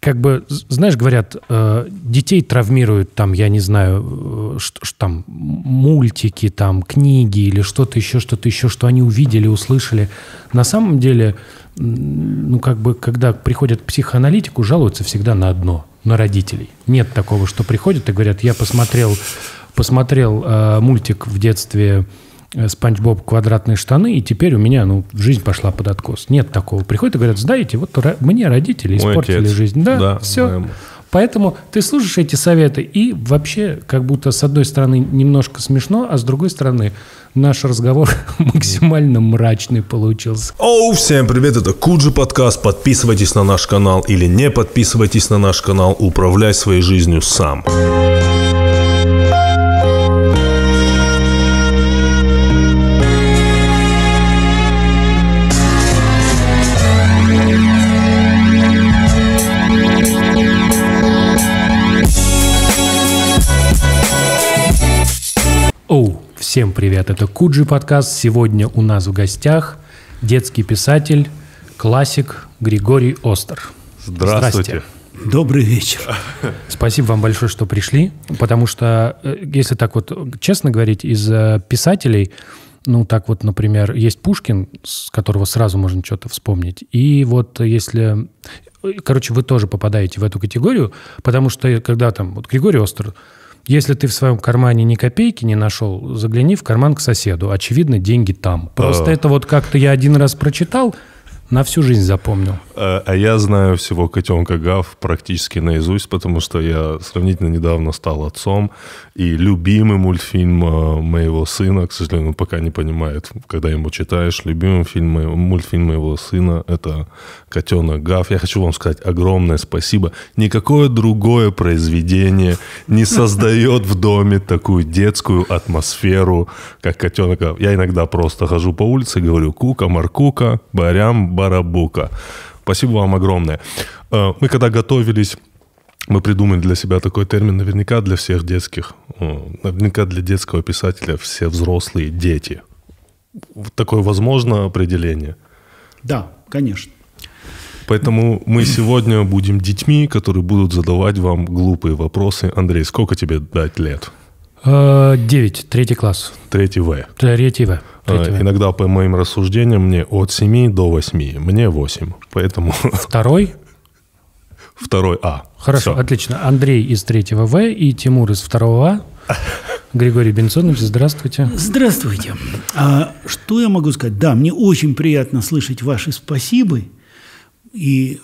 как бы, знаешь, говорят, детей травмируют там, я не знаю, там мультики, там книги или что-то еще, что они увидели, услышали. На самом деле, ну, как бы, когда приходят к психоаналитику, жалуются всегда на одно, на родителей. Нет такого, что приходят и говорят, я посмотрел мультик в детстве «Спанч Боб. Квадратные штаны», и теперь у меня, жизнь пошла под откос. Нет такого. Приходят и говорят, знаете, вот мне родители испортили жизнь. Да, все. Моему. Поэтому ты слушаешь эти советы, и вообще, как будто с одной стороны немножко смешно, а с другой стороны наш разговор максимально мрачный получился. Оу, всем привет, это Куджи подкаст. Подписывайтесь на наш канал или не подписывайтесь на наш канал. Управляй своей жизнью сам. Всем привет, это Куджи подкаст. Сегодня у нас в гостях детский писатель, классик Григорий Остер. Здравствуйте. Добрый вечер. Спасибо вам большое, что пришли, потому что, если так вот честно говорить, из писателей, так вот, например, есть Пушкин, с которого сразу можно что-то вспомнить, и вот если... Короче, вы тоже попадаете в эту категорию, потому что когда там, вот Григорий Остер... Если ты в своем кармане ни копейки не нашел, загляни в карман к соседу. Очевидно, деньги там. Просто это вот как-то я один раз прочитал, на всю жизнь запомнил. А я знаю всего «Котенка Гав» практически наизусть, потому что я сравнительно недавно стал отцом. И любимый мультфильм моего сына, к сожалению, он пока не понимает, когда ему читаешь, любимый мультфильм моего сына – это «Котенок Гав». Я хочу вам сказать огромное спасибо. Никакое другое произведение не создает в доме такую детскую атмосферу, как «Котенок Гав». Я иногда просто хожу по улице и говорю «Кука, Маркука, Барям, Барабука». Спасибо вам огромное. Мы когда готовились, мы придумали для себя такой термин, наверняка для всех детских, наверняка для детского писателя все взрослые дети. Такое возможно определение? Да, конечно. Поэтому мы сегодня будем детьми, которые будут задавать вам глупые вопросы. Андрей, сколько тебе дать лет? 9, 3 класс. 3 В. 3 В. Иногда, по моим рассуждениям, мне от 7 до 8. Мне 8. Поэтому... Второй А. Хорошо, все. Отлично. Андрей из 3 В и Тимур из 2 А. Григорий Бенсонович, здравствуйте. Здравствуйте. Что я могу сказать? Да, мне очень приятно слышать ваши спасибо. И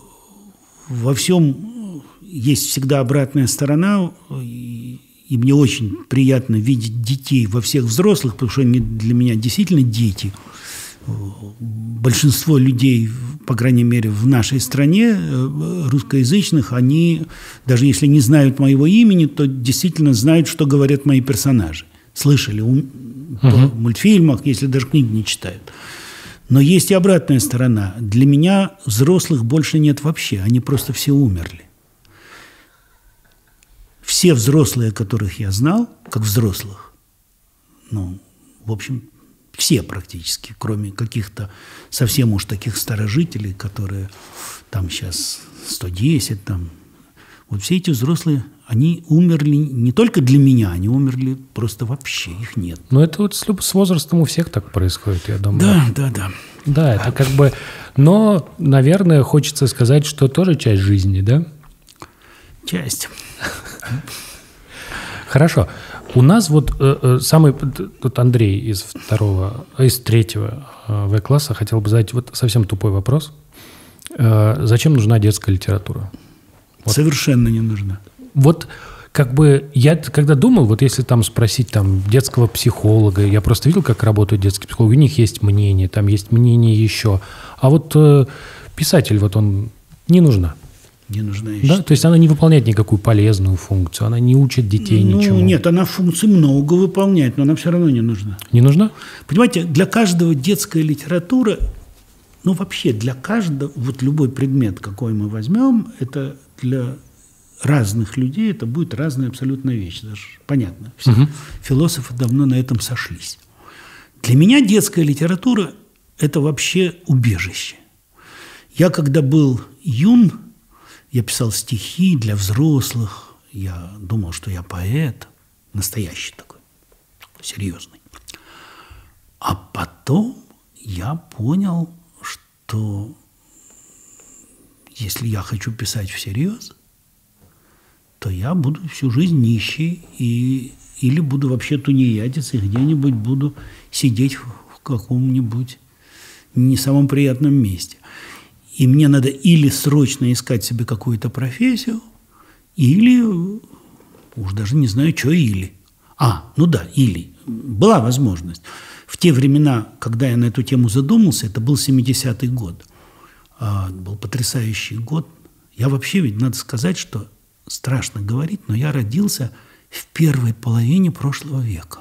во всем есть всегда обратная сторона. И мне очень приятно видеть детей во всех взрослых, потому что они для меня действительно дети. Большинство людей, по крайней мере, в нашей стране, русскоязычных, они, даже если не знают моего имени, то действительно знают, что говорят мои персонажи. Слышали в мультфильмах, если даже книг не читают. Но есть и обратная сторона. Для меня взрослых больше нет вообще. Они просто все умерли. Все взрослые, которых я знал, как взрослых, в общем, все практически, кроме каких-то совсем уж таких старожителей, которые там сейчас 110, там, вот все эти взрослые, они умерли не только для меня, они умерли просто вообще, их нет. Но это вот с возрастом у всех так происходит, я думаю. Да. Да, это как бы... Но, наверное, хочется сказать, что тоже часть жизни, да? Часть. Хорошо. У нас вот тут Андрей из 3 В класса хотел бы задать вот совсем тупой вопрос. Зачем нужна детская литература? Вот. Совершенно не нужна. Вот как бы я когда думал, вот если там спросить там детского психолога, я просто видел, как работают детские психологи, у них есть мнение, там есть мнение еще. А вот писатель, вот он не нужна. Не нужна да? То есть она не выполняет никакую полезную функцию, она не учит детей ничему. Нет, она функций много выполняет, но она все равно не нужна. Не нужна? Понимаете, для каждого детская литература, вообще для каждого, вот любой предмет, какой мы возьмем, это для разных людей, это будет разная абсолютно вещь. Даже понятно. Все философы давно на этом сошлись. Для меня детская литература – это вообще убежище. Я когда был юн, Я писал стихи для взрослых. Я думал, что я поэт. Настоящий такой. Серьезный. А потом я понял, что если я хочу писать всерьез, то я буду всю жизнь нищий или буду вообще тунеядец и где-нибудь буду сидеть в каком-нибудь не самом приятном месте. И мне надо или срочно искать себе какую-то профессию, или, уж даже не знаю, что или. Или. Была возможность. В те времена, когда я на эту тему задумался, это был 70-й год. Был потрясающий год. Я вообще, ведь надо сказать, что страшно говорить, но я родился в первой половине прошлого века.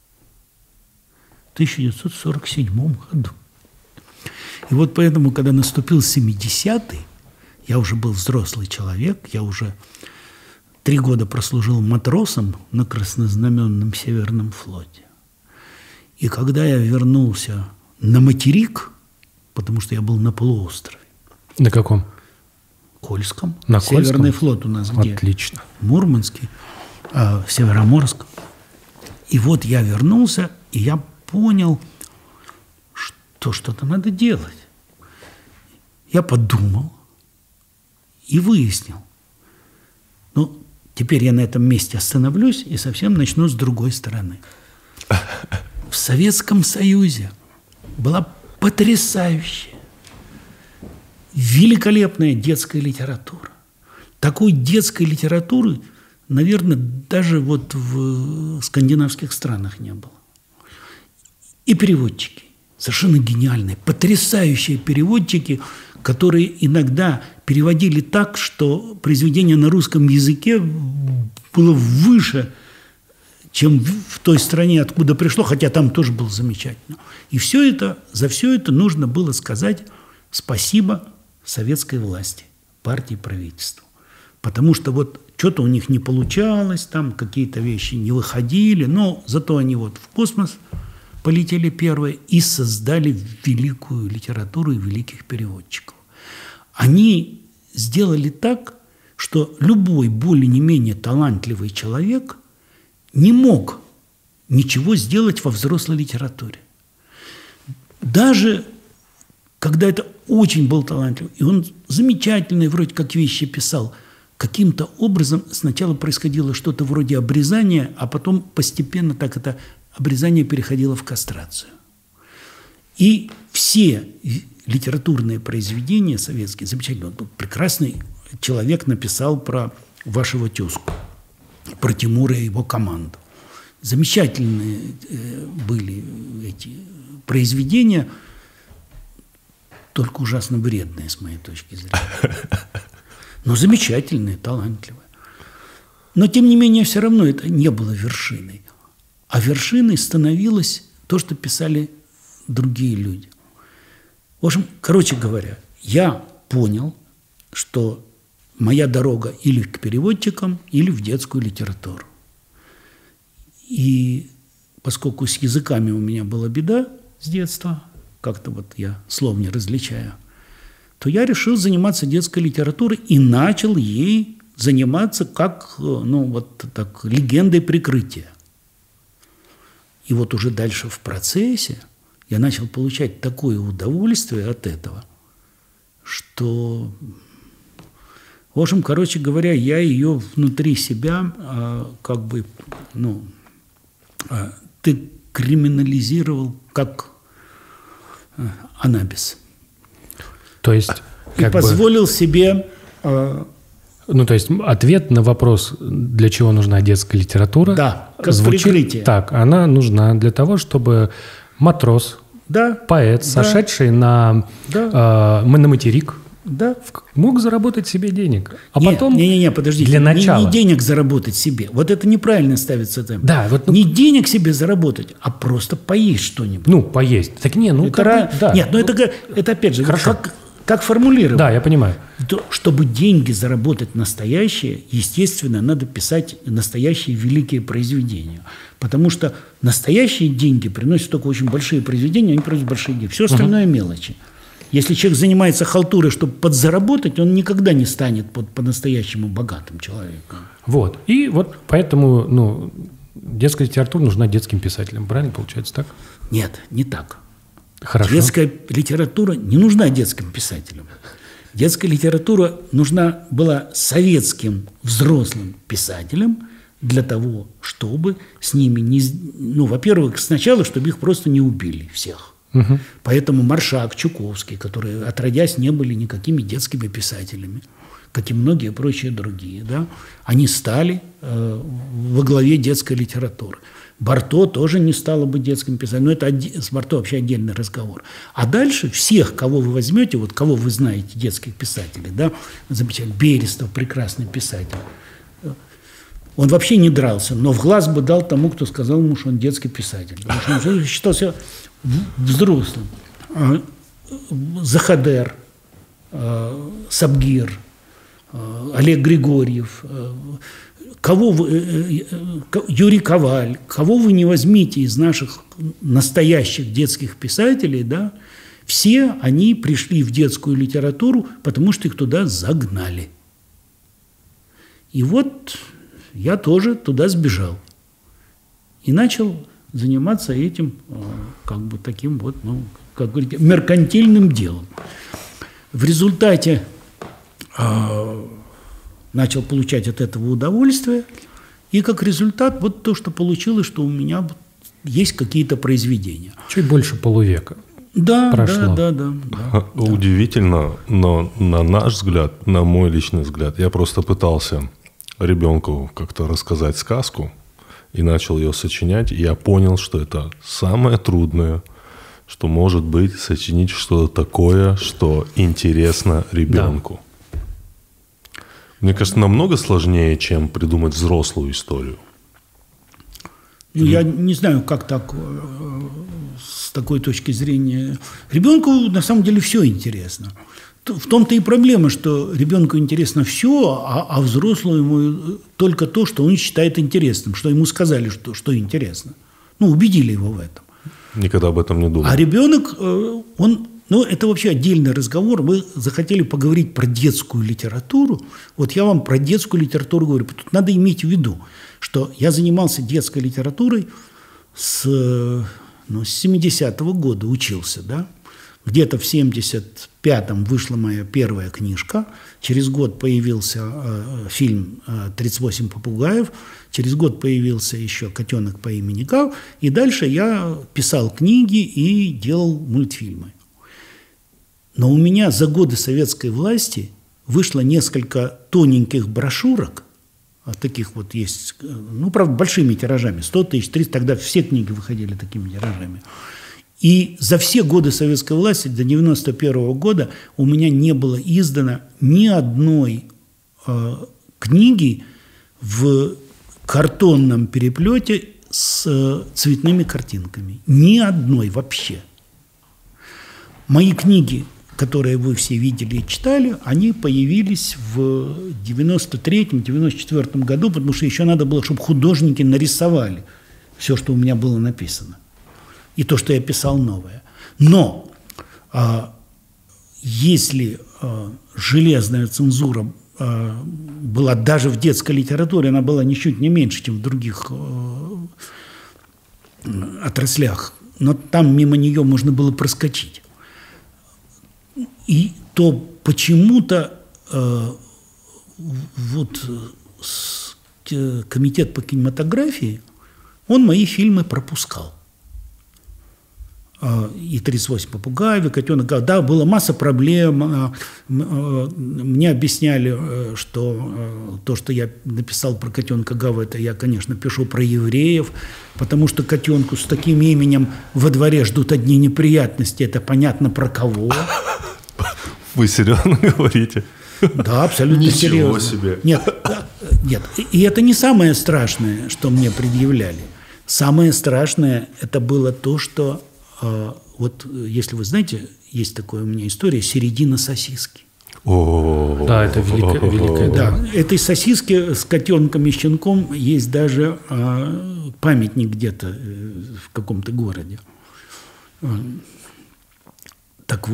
В 1947 году. И вот поэтому, когда наступил 70-й, я уже был взрослый человек, я уже 3 года прослужил матросом на Краснознаменном Северном флоте. И когда я вернулся на материк, потому что я был на полуострове. На каком? Кольском. На Кольском? Северный флот у нас где? Отлично. Мурманский, Североморск. И вот я вернулся, и я понял, что что-то надо делать. Я подумал и выяснил. Теперь я на этом месте остановлюсь и совсем начну с другой стороны. В Советском Союзе была потрясающая, великолепная детская литература. Такой детской литературы, наверное, даже вот в скандинавских странах не было. И переводчики. Совершенно гениальные, потрясающие переводчики, которые иногда переводили так, что произведение на русском языке было выше, чем в той стране, откуда пришло, хотя там тоже было замечательно. И за все это нужно было сказать спасибо советской власти, партии, правительству. Потому что вот что-то у них не получалось, там какие-то вещи не выходили, но зато они вот в космос полетели первые и создали великую литературу и великих переводчиков. Они сделали так, что любой более-не-менее талантливый человек не мог ничего сделать во взрослой литературе. Даже когда это очень был талантливый, и он замечательные вроде как вещи писал, каким-то образом сначала происходило что-то вроде обрезания, а потом постепенно так это обрезание переходило в кастрацию. И все литературные произведения советские, замечательно, прекрасный человек написал про вашего тезку, про Тимура и его команду. Замечательные были эти произведения, только ужасно вредные, с моей точки зрения. Но замечательные, талантливые. Но, тем не менее, все равно это не было вершиной. А вершиной становилось то, что писали другие люди. В общем, короче говоря, я понял, что моя дорога или к переводчикам, или в детскую литературу. И поскольку с языками у меня была беда с детства, как-то вот я слов не различаю, то я решил заниматься детской литературой и начал ей заниматься как, легендой прикрытия. И вот уже дальше в процессе я начал получать такое удовольствие от этого, что, в общем, короче говоря, я ее внутри себя декриминализировал как анабис. То есть, и позволил себе... то есть ответ на вопрос, для чего нужна детская литература, да, как звучит прикрытие. Так. Она нужна для того, чтобы матрос, поэт, сошедший на материк, мог заработать себе денег. Потом подождите. Для начала. Не денег заработать себе. Вот это неправильно ставится там. Да, не денег себе заработать, а просто поесть что-нибудь. Поесть. Так это опять же, хорошо. Как формулировать? Да, я понимаю. Чтобы деньги заработать настоящие, естественно, надо писать настоящие великие произведения. Потому что настоящие деньги приносят только очень большие произведения, они приносят большие деньги. Все остальное мелочи. Если человек занимается халтурой, чтобы подзаработать, он никогда не станет по-настоящему богатым человеком. Вот. И вот поэтому, детская литература нужна детским писателям. Правильно получается так? Нет, не так. Хорошо. Детская литература не нужна детским писателям. Детская литература нужна была советским взрослым писателям для того, чтобы с ними во-первых, сначала, чтобы их просто не убили всех. Угу. Поэтому Маршак, Чуковский, которые, отродясь, не были никакими детскими писателями, как и многие прочие другие, да, они стали во главе детской литературы. Барто тоже не стало быть детским писателем, но это с Барто вообще отдельный разговор. А дальше всех, кого вы возьмете, вот кого вы знаете, детских писателей, да, замечательно, Берестов, прекрасный писатель, он вообще не дрался, но в глаз бы дал тому, кто сказал ему, что он детский писатель. Потому что он считался взрослым. Захадер, Сабгир, Олег Григорьев, Юрий Коваль, кого вы не возьмите из наших настоящих детских писателей, да, все они пришли в детскую литературу, потому что их туда загнали. И вот я тоже туда сбежал и начал заниматься этим, таким вот, как говорите, меркантильным делом. В результате начал получать от этого удовольствие, и как результат вот то, что получилось, что у меня есть какие-то произведения. Чуть больше полувека. Да, прошло. Да. Удивительно, но на наш взгляд, на мой личный взгляд, я просто пытался ребенку как-то рассказать сказку и начал ее сочинять, и я понял, что это самое трудное, что может быть, сочинить что-то такое, что интересно ребенку. Да. Мне кажется, намного сложнее, чем придумать взрослую историю. Я не знаю, как так, с такой точки зрения. Ребенку на самом деле все интересно. В том-то и проблема, что ребенку интересно все, а взрослому ему только то, что он считает интересным, что ему сказали, что интересно. Убедили его в этом. Никогда об этом не думал. А ребенок, это вообще отдельный разговор. Вы захотели поговорить про детскую литературу. Вот я вам про детскую литературу говорю. Тут надо иметь в виду, что я занимался детской литературой с 70-го года, учился, да. Где-то в 75-м вышла моя первая книжка. Через год появился фильм «38 попугаев». Через год появился еще «Котенок по имени Гав». И дальше я писал книги и делал мультфильмы. Но у меня за годы советской власти вышло несколько тоненьких брошюрок. Таких вот есть, правда, большими тиражами. 100 тысяч, 300. Тогда все книги выходили такими тиражами. И за все годы советской власти, до 91 года, у меня не было издано ни одной книги в картонном переплете с цветными картинками. Ни одной вообще. Мои книги, которые вы все видели и читали, они появились в 93-94 году, потому что еще надо было, чтобы художники нарисовали все, что у меня было написано. И то, что я писал новое. Но если железная цензура была даже в детской литературе, она была ничуть не меньше, чем в других отраслях, но там мимо нее можно было проскочить. И то почему-то комитет по кинематографии, он мои фильмы пропускал. И «38 попугаев», и «Котенок». Да, была масса проблем. Мне объясняли, что то, что я написал про «Котенка Гава», это я, конечно, пишу про евреев, потому что котенку с таким именем во дворе ждут одни неприятности. Это понятно про кого. Вы серьезно говорите? Да, абсолютно серьезно. Ничего себе. Нет. И это не самое страшное, что мне предъявляли. Самое страшное – это было то, что вот если вы знаете, есть такая у меня история «Середина сосиски». Да, это великая. Да, этой сосиске с котенком и щенком есть даже памятник где-то в каком-то городе. Так вот,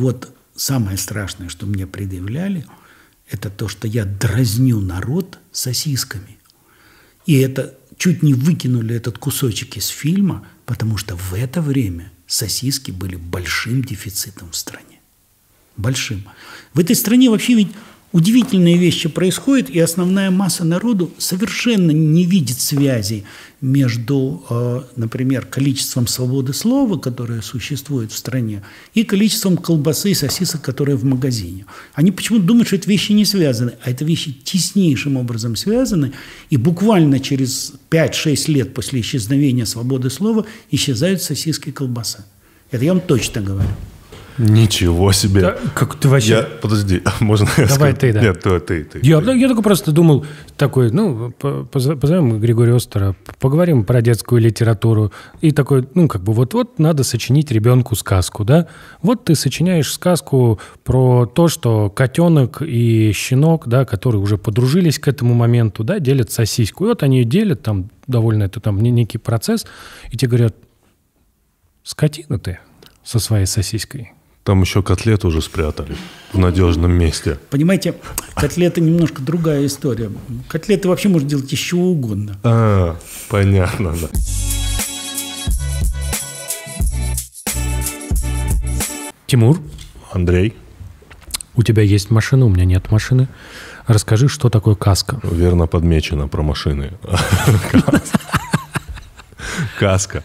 самое страшное, что мне предъявляли, это то, что я дразню народ сосисками. И это чуть не выкинули этот кусочек из фильма, потому что в это время сосиски были большим дефицитом в стране. Большим. В этой стране вообще ведь удивительные вещи происходят, и основная масса народу совершенно не видит связи между, например, количеством свободы слова, которое существует в стране, и количеством колбасы и сосисок, которые в магазине. Они почему-то думают, что эти вещи не связаны, а это вещи теснейшим образом связаны, и буквально через 5-6 лет после исчезновения свободы слова исчезают сосиски и колбаса. Это я вам точно говорю. Ничего себе. Да, как ты вообще... Подожди, можно я скажу? Давай ты, да. Нет, ты. Я только просто думал, позовем Григория Остера, поговорим про детскую литературу. И такой, вот надо сочинить ребенку сказку, да? Вот ты сочиняешь сказку про то, что котенок и щенок, да, которые уже подружились к этому моменту, да, делят сосиску. И вот они ее делят, там довольно это там некий процесс, и тебе говорят, скотина ты со своей сосиской. Там еще котлету уже спрятали в надежном месте. Понимаете, котлета немножко другая история. Котлеты вообще можно делать из чего угодно. Понятно, да. Тимур. Андрей. У тебя есть машина, у меня нет машины. Расскажи, что такое каска. Верно подмечено про машины. Каска.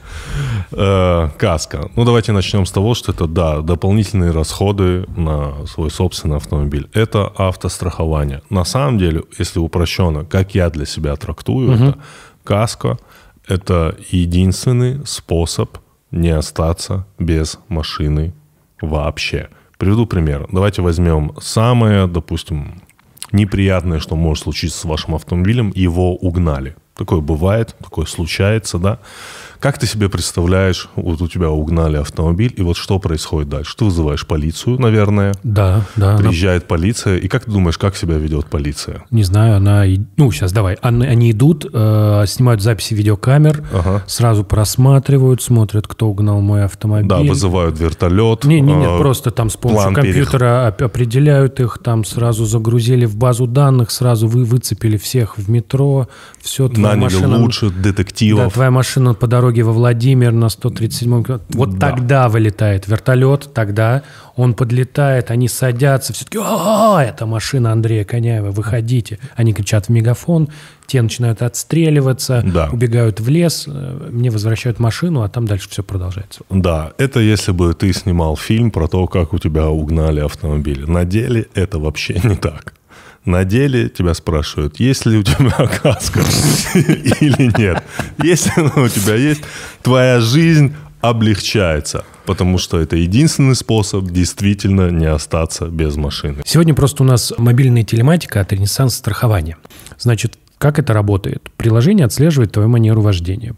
Каска. Давайте начнем с того, что это, дополнительные расходы на свой собственный автомобиль. Это автострахование. На самом деле, если упрощенно, как я для себя трактую, это каска – это единственный способ не остаться без машины вообще. Приведу пример. Давайте возьмем самое, допустим, неприятное, что может случиться с вашим автомобилем. Его угнали. Такое бывает, такое случается, да. Как ты себе представляешь, вот у тебя угнали автомобиль, и вот что происходит дальше? Ты вызываешь полицию, наверное. Да. Приезжает полиция, и как ты думаешь, как себя ведет полиция? Не знаю, сейчас давай. Они идут, снимают записи видеокамер, сразу просматривают, смотрят, кто угнал мой автомобиль. Да, вызывают вертолет. Нет, просто там с помощью компьютера определяют их, там сразу загрузили в базу данных, сразу выцепили всех в метро, все, наняли машина, лучших детективов. Да, твоя машина по дороге во Владимир на 137-м километре. Вот тогда вылетает вертолет, тогда он подлетает, они садятся, все таки это машина Андрея Коняева, выходите. Они кричат в мегафон, те начинают отстреливаться, убегают в лес, мне возвращают машину, а там дальше все продолжается. Да, это если бы ты снимал фильм про то, как у тебя угнали автомобиль. На деле это вообще не так. На деле тебя спрашивают, есть ли у тебя каска или нет. Если она у тебя есть, твоя жизнь облегчается, потому что это единственный способ действительно не остаться без машины. Сегодня просто у нас мобильная телематика от Ренессанс страхования. Значит, как это работает? Приложение отслеживает твою манеру вождения,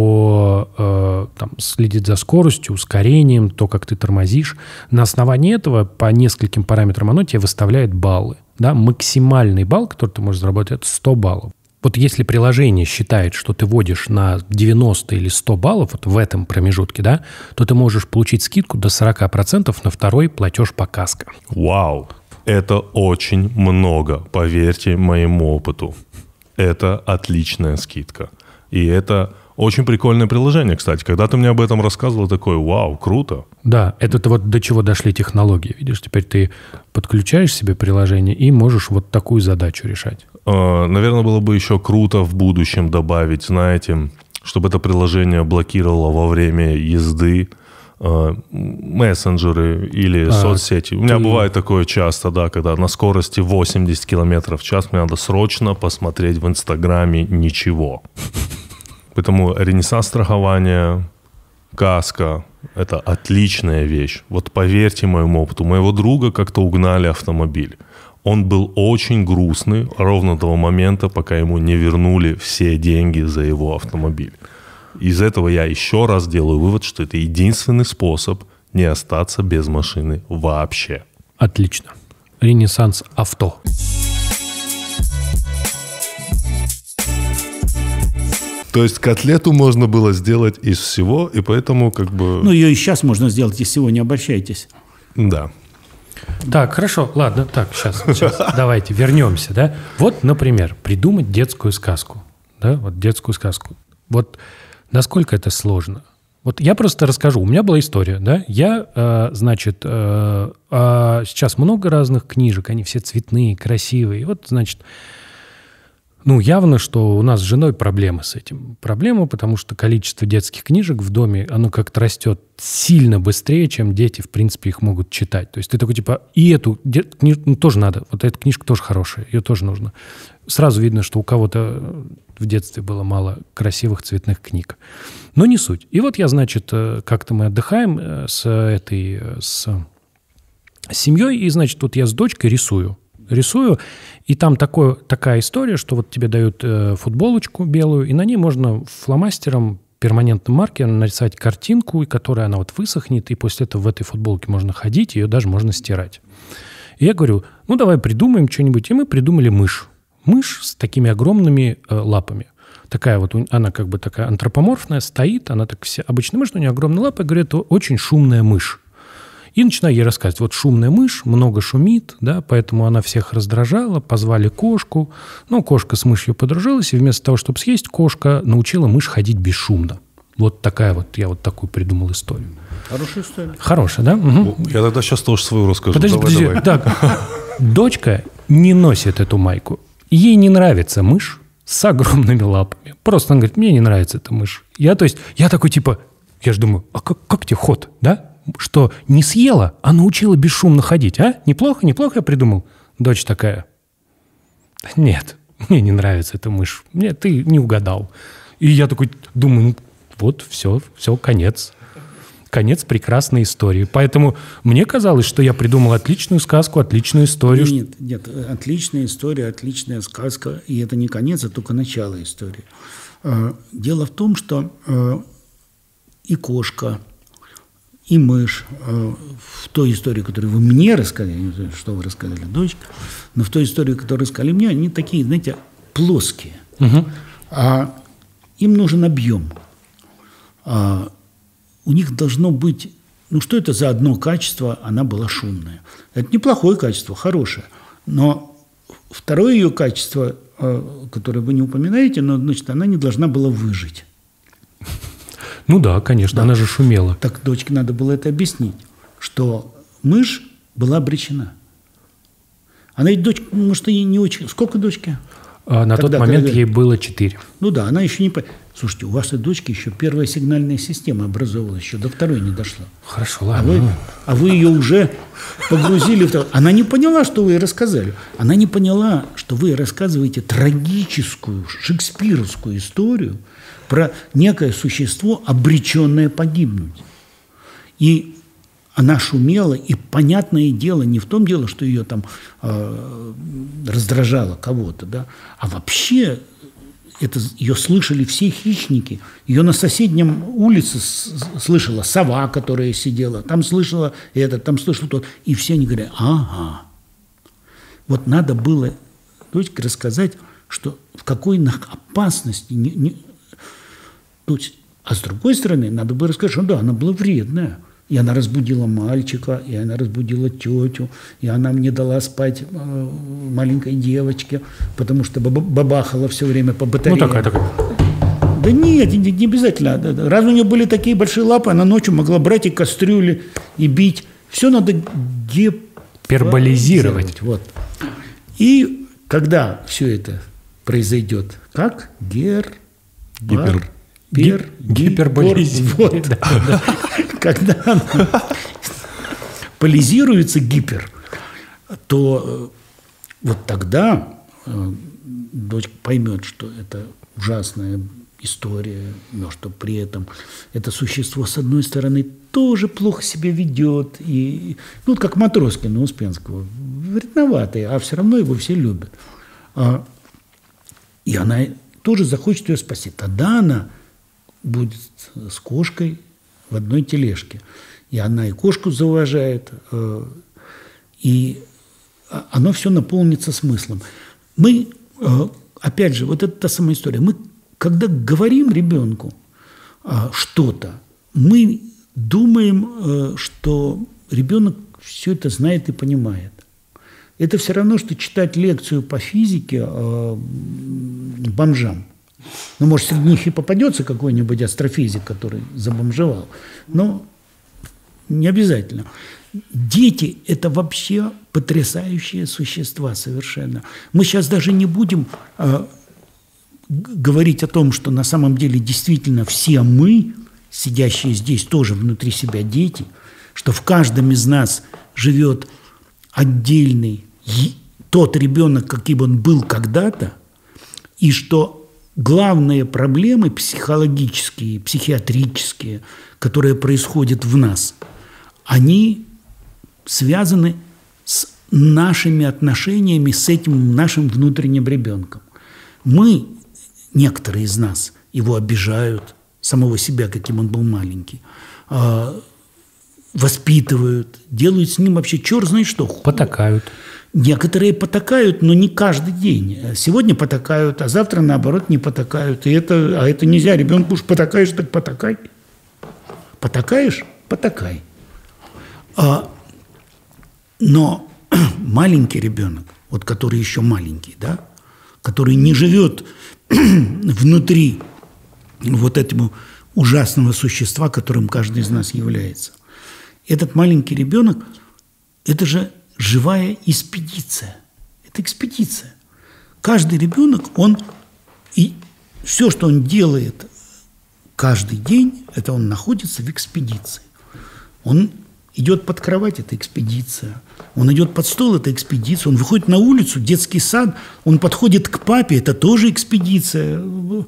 следит за скоростью, ускорением, то, как ты тормозишь. На основании этого по нескольким параметрам оно тебе выставляет баллы. Да? Максимальный балл, который ты можешь заработать, это 100 баллов. Вот если приложение считает, что ты водишь на 90 или 100 баллов вот в этом промежутке, да, то ты можешь получить скидку до 40% на второй платеж по каско. Вау! Это очень много, поверьте моему опыту. Это отличная скидка. И это очень прикольное приложение, кстати. Когда ты мне об этом рассказывал, такой, вау, круто. Да, это вот до чего дошли технологии. Видишь, теперь ты подключаешь себе приложение и можешь вот такую задачу решать. Наверное, было бы еще круто в будущем добавить, знаете, чтобы это приложение блокировало во время езды мессенджеры или соцсети. У меня бывает такое часто, да, когда на скорости 80 км в час мне надо срочно посмотреть в Инстаграме ничего. Поэтому Ренессанс страхование, каска – это отличная вещь. Вот поверьте моему опыту, моего друга как-то угнали автомобиль. Он был очень грустный ровно до того момента, пока ему не вернули все деньги за его автомобиль. Из этого я еще раз делаю вывод, что это единственный способ не остаться без машины вообще. Отлично. Ренессанс авто. То есть котлету можно было сделать из всего, и поэтому как бы... ее и сейчас можно сделать из всего, не обольщайтесь. Да. Так, хорошо, ладно, так, сейчас, давайте вернемся, да. Вот, например, придумать детскую сказку, да, вот детскую сказку. Вот насколько это сложно? Вот я просто расскажу. У меня была история, да. Я, значит, сейчас много разных книжек, они все цветные, красивые. И вот, значит, ну, явно, что у нас с женой проблемы с этим. Проблема, потому что количество детских книжек в доме, оно как-то растет сильно быстрее, чем дети, в принципе, их могут читать. То есть ты такой, типа, и эту книжку тоже надо. Вот эта книжка тоже хорошая, ее тоже нужно. Сразу видно, что у кого-то в детстве было мало красивых цветных книг. Но не суть. И вот я, значит, как-то мы отдыхаем с семьей, и, значит, вот я с дочкой рисую, и там такая история, что вот тебе дают футболочку белую, и на ней можно фломастером, перманентным маркером нарисовать картинку, и которая она вот высохнет, и после этого в этой футболке можно ходить, ее даже можно стирать. И я говорю, ну давай придумаем что-нибудь, и мы придумали мышь. Мышь с такими огромными лапами. Такая вот, она как бы такая антропоморфная, стоит, она так вся, обычная мышь, но у нее огромные лапы, я говорю, это очень шумная мышь. И начинаю ей рассказывать, вот шумная мышь, много шумит, да, поэтому она всех раздражала, позвали кошку, ну, кошка с мышью подружилась, и вместо того, чтобы съесть, кошка научила мышь ходить бесшумно. Вот такая вот, я вот такую придумал историю. Хорошая история. Хорошая, да? Угу. Я тогда сейчас тоже свою расскажу. Подожди. Так, дочка не носит эту майку. Ей не нравится мышь с огромными лапами. Просто она говорит, мне не нравится эта мышь. Я такой, типа, я же думаю, а как тебе ход, да? Что не съела, а научила бесшумно ходить, а? Неплохо я придумал. Дочь такая, нет, мне не нравится эта мышь. Нет, ты не угадал. И я такой думаю, вот, все, конец. Конец прекрасной истории. Поэтому мне казалось, что я придумал отличную сказку, отличную историю. Нет, отличная история, отличная сказка. И это не конец, а только начало истории. Дело в том, что и кошка, и мышь в той истории, которую вы мне рассказали, не знаю, что вы рассказали дочке, но в той истории, которую рассказали мне, они такие, знаете, плоские. Угу. А им нужен объем. У них должно быть... Ну, что это за одно качество? Она была шумная. Это неплохое качество, хорошее. Но второе ее качество, которое вы не упоминаете, но, значит, она не должна была выжить. Ну да, конечно, да. Она же шумела. Так дочке надо было это объяснить, что мышь была обречена. Она ведь дочка, может, ей не очень... Сколько дочке? На тот момент ей было 4. Ну да, она еще не... Слушайте, у вашей дочки еще первая сигнальная система образовалась, еще до второй не дошла. Хорошо, ладно. А вы ее уже погрузили в... Она не поняла, что вы ей рассказали. Она не поняла, что вы рассказываете трагическую, шекспировскую историю про некое существо, обреченное погибнуть. И она шумела, и, понятное дело, не в том дело, что ее там раздражало кого-то, да, а вообще это ее слышали все хищники. Ее на соседнем улице слышала сова, которая сидела, там слышала это, там слышала тот. И все они говорят, ага. Вот надо было дочке рассказать, что в какой опасности. А с другой стороны, надо было рассказать, что да, она была вредная. И она разбудила мальчика, и она разбудила тетю, и она мне дала спать маленькой девочке, потому что бабахала все время по батарее. Ну, такая. Да нет, не обязательно. Раз у нее были такие большие лапы, она ночью могла брать и кастрюли, и бить. Все надо гиперболизировать. Вот. И когда все это произойдет, как? Гиперболизировать. Вот. Когда она полизируется гипер, то вот тогда дочка поймет, что это ужасная история, но что при этом это существо, с одной стороны, тоже плохо себя ведет. И, ну, как Матроскин у Успенского, вредноватый, а все равно его все любят. И она тоже захочет ее спасти. Тогда она будет с кошкой в одной тележке. И она и кошку зауважает, и оно все наполнится смыслом. Мы, опять же, вот это та самая история. Мы, когда говорим ребенку что-то, мы думаем, что ребенок все это знает и понимает. Это все равно, что читать лекцию по физике бомжам. Ну, может, среди них и попадется какой-нибудь астрофизик, который забомжевал. Но не обязательно. Дети – это вообще потрясающие существа совершенно. Мы сейчас даже не будем говорить о том, что на самом деле действительно все мы, сидящие здесь, тоже внутри себя дети, что в каждом из нас живет отдельный тот ребенок, каким он был когда-то, и что главные проблемы психологические, психиатрические, которые происходят в нас, они связаны с нашими отношениями с этим нашим внутренним ребенком. Мы, некоторые из нас, его обижают, самого себя, каким он был маленький, воспитывают, делают с ним вообще черт знает что. Потакают. Некоторые потакают, но не каждый день. Сегодня потакают, а завтра, наоборот, не потакают. А это нельзя. Ребенку уж потакаешь, так потакай. Потакаешь – потакай. Но маленький ребенок, вот который еще маленький, да, который не живет внутри вот этого ужасного существа, которым каждый из нас является. Этот маленький ребенок – это же живая экспедиция. Это экспедиция. Каждый ребенок, и все, что он делает каждый день, это он находится в экспедиции. Он идет под кровать – это экспедиция. Он идет под стол – это экспедиция. Он выходит на улицу, детский сад, он подходит к папе – это тоже экспедиция.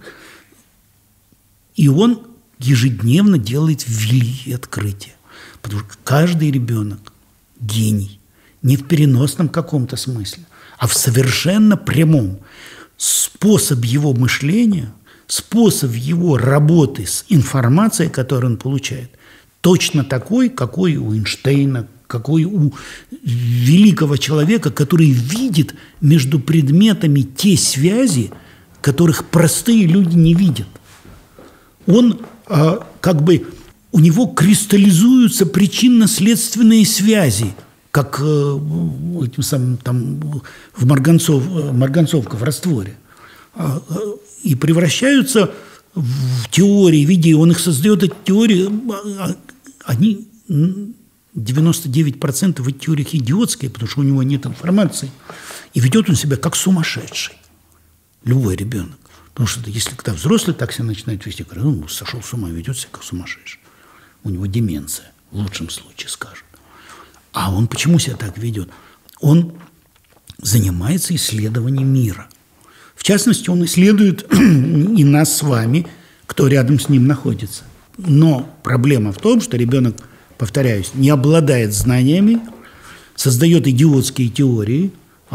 И он ежедневно делает великие открытия. Потому что каждый ребенок – гений. Не в переносном каком-то смысле, а в совершенно прямом. Способ его мышления, способ его работы с информацией, которую он получает, точно такой, какой у Эйнштейна, какой у великого человека, который видит между предметами те связи, которых простые люди не видят. Он у него кристаллизуются причинно-следственные связи, как этим самым, там, в марганцовка в растворе, и превращаются в теории, виде, он их создает, эти теории, они 99% в этих теориях идиотские, потому что у него нет информации, и ведет он себя как сумасшедший, любой ребенок. Потому что если когда взрослый так себя начинает вести, говорю, сошел с ума, ведет себя как сумасшедший. У него деменция, в лучшем случае скажут. А он почему себя так ведет? Он занимается исследованием мира. В частности, он исследует и нас с вами, кто рядом с ним находится. Но проблема в том, что ребенок, повторяюсь, не обладает знаниями, создает идиотские теории,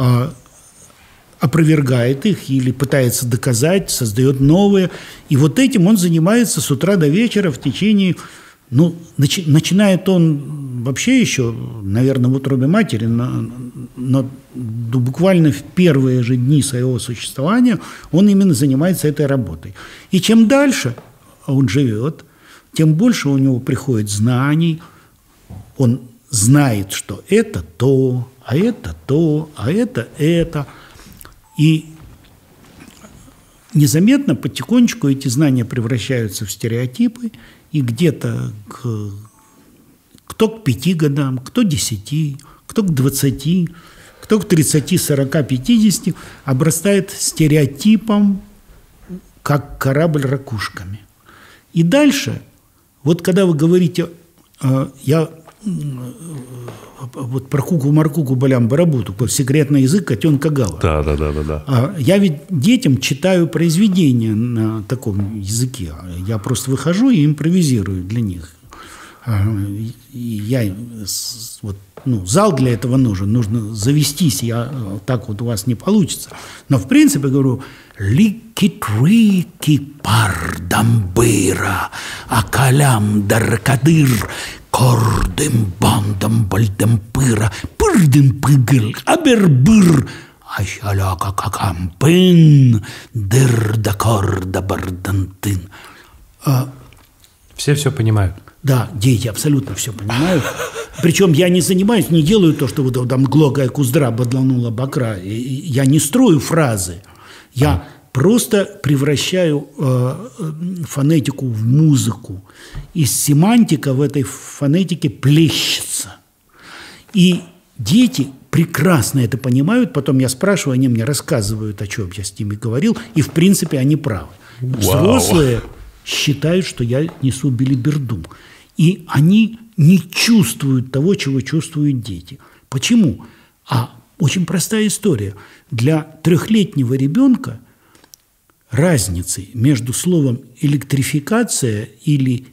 опровергает их или пытается доказать, создает новые. И вот этим он занимается с утра до вечера в течение... начинает он вообще еще, наверное, в утробе матери, но буквально в первые же дни своего существования он именно занимается этой работой. И чем дальше он живет, тем больше у него приходит знаний. Он знает, что это то, а это то, а это это. И незаметно, потихонечку эти знания превращаются в стереотипы, и где-то кто к 5 годам, кто к 10, кто к 20, кто к 30, 40, 50 обрастает стереотипом, как корабль ракушками. И дальше, вот когда вы говорите, я вот про куку-маркуку балям-барабуту, секретный язык котенка Гава. Да. Я ведь детям читаю произведения на таком языке. Я просто выхожу и импровизирую для них. Зал для этого нужен. Нужно завестись. Так вот у вас не получится. Но в принципе говорю: лики-трики пардамбыра, акалям даркадыр, кордым бандам бальдампыра, пырдым пыгыл, абербыр, ащаляка какампын, дыр да корда бардантын. Все понимают. Да, дети абсолютно все понимают. Причем я не занимаюсь, не делаю то, что вот там глокая куздра бодланула бакра. Я не строю фразы. Я просто превращаю фонетику в музыку. И семантика в этой фонетике плещется. И дети прекрасно это понимают. Потом я спрашиваю, они мне рассказывают, о чем я с ними говорил. И, в принципе, они правы. Взрослые считают, что я несу белиберду. И они не чувствуют того, чего чувствуют дети. Почему? Очень простая история. Для 3-летнего ребенка разницы между словом электрификация или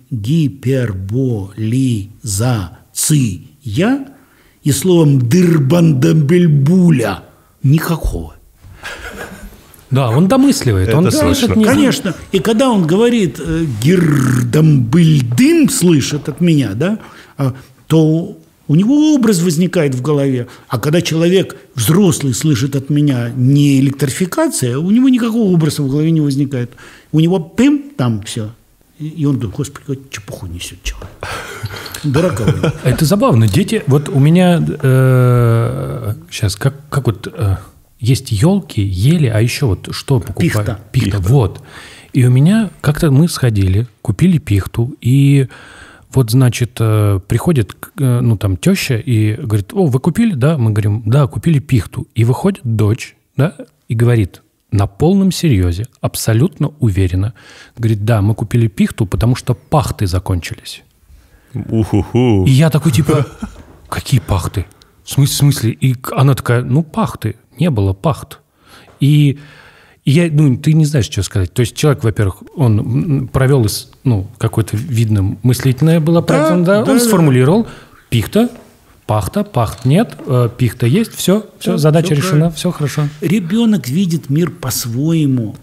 гиперболизация и словом дырбандабельбуля никакого. Да, он домысливает. Это он слышно. Конечно. И когда он говорит «гирдамбыльдым», слышит от меня, да, то у него образ возникает в голове. А когда человек взрослый слышит от меня не электрификация, у него никакого образа в голове не возникает. У него пым, там все. И он думает, господи, какую чепуху несет человек. Дурака. Это забавно. Дети, вот у меня сейчас, как вот... Есть елки, ели, а еще вот что покупают? Пихта. Вот. И у меня как-то мы сходили, купили пихту, и вот, значит, приходит, ну, там, теща и говорит, вы купили, да? Мы говорим, да, купили пихту. И выходит дочь, да, и говорит на полном серьезе, абсолютно уверенно, говорит, да, мы купили пихту, потому что пахты закончились. Уху-ху. И я такой, типа, какие пахты? В смысле? И она такая, пахты. Не было пахт. И я, ты не знаешь, что сказать. То есть человек, во-первых, он провел какое-то, видно, мыслительное было правильно, да? Он сформулировал пихта, пахта, пахт нет, пихта есть, все, задача решена, правильно. Все хорошо. Ребенок видит мир по-своему,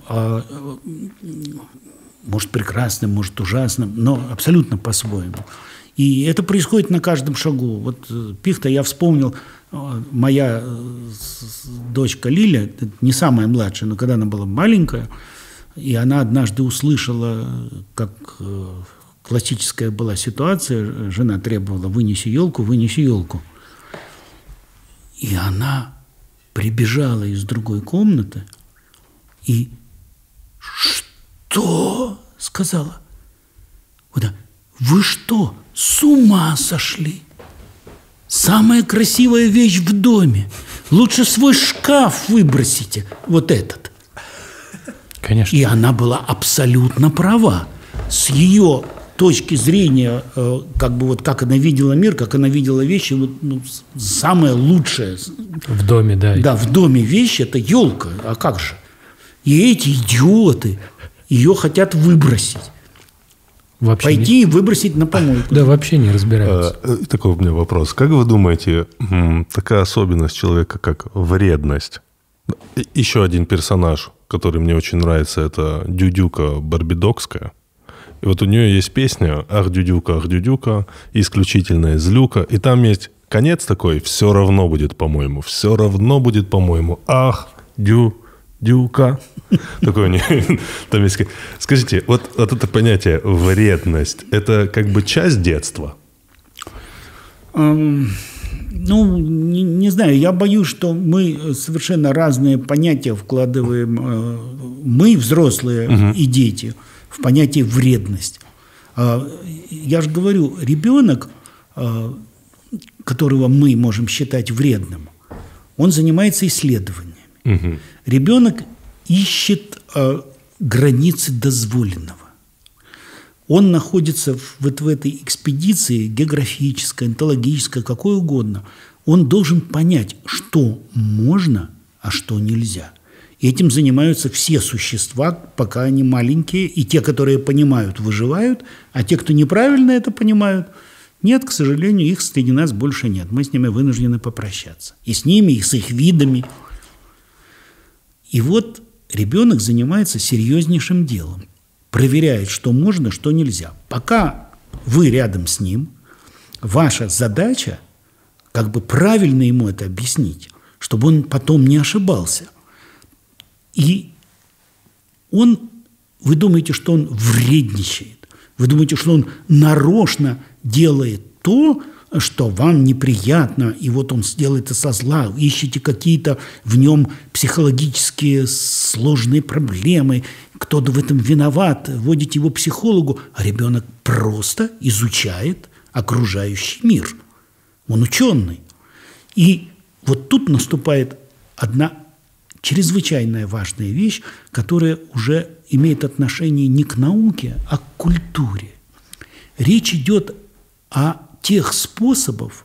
может прекрасным, может ужасным, но абсолютно по-своему. И это происходит на каждом шагу. Вот пихта, я вспомнил, моя дочка Лиля, не самая младшая, но когда она была маленькая, и она однажды услышала, как классическая была ситуация, жена требовала «вынеси елку». И она прибежала из другой комнаты и «Что?» сказала. «Вы что, с ума сошли? Самая красивая вещь в доме. Лучше свой шкаф выбросите, вот этот». Конечно. И она была абсолютно права. С ее точки зрения, как она видела мир, как она видела вещи, самое лучшее в доме, да. Да, в доме вещь – это елка. А как же? И эти идиоты ее хотят выбросить. Вообще пойти и выбросить на помойку. Да, вообще не разбираются. Такой у меня вопрос. Как вы думаете, такая особенность человека, как вредность? Еще один персонаж, который мне очень нравится, это Дюдюка Барбидокская. И вот у нее есть песня ах, Дюдюка, исключительная злюка. И там есть конец такой, все равно будет, по-моему. Ах, Дюка. Такое не... Там есть... Скажите, вот это понятие вредность, это как бы часть детства? Не знаю, я боюсь, что мы совершенно разные понятия вкладываем, мы, взрослые и дети, в понятие вредность. Я же говорю, ребенок, которого мы можем считать вредным, он занимается исследованиями. Ребенок ищет границы дозволенного. Он находится в этой экспедиции, географической, онтологической, какой угодно. Он должен понять, что можно, а что нельзя. И этим занимаются все существа, пока они маленькие. И те, которые понимают, выживают, а те, кто неправильно это понимают, нет, к сожалению, их среди нас больше нет. Мы с ними вынуждены попрощаться. И с ними, и с их видами. И вот ребенок занимается серьезнейшим делом. Проверяет, что можно, что нельзя. Пока вы рядом с ним, ваша задача как бы правильно ему это объяснить, чтобы он потом не ошибался. И вы думаете, что он вредничает. Вы думаете, что он нарочно делает то, что вам неприятно, и вот он сделает это со зла, ищете какие-то в нем психологические сложные проблемы, кто-то в этом виноват, вводите его к психологу, а ребенок просто изучает окружающий мир. Он ученый. И вот тут наступает одна чрезвычайно важная вещь, которая уже имеет отношение не к науке, а к культуре. Речь идет о тех способах,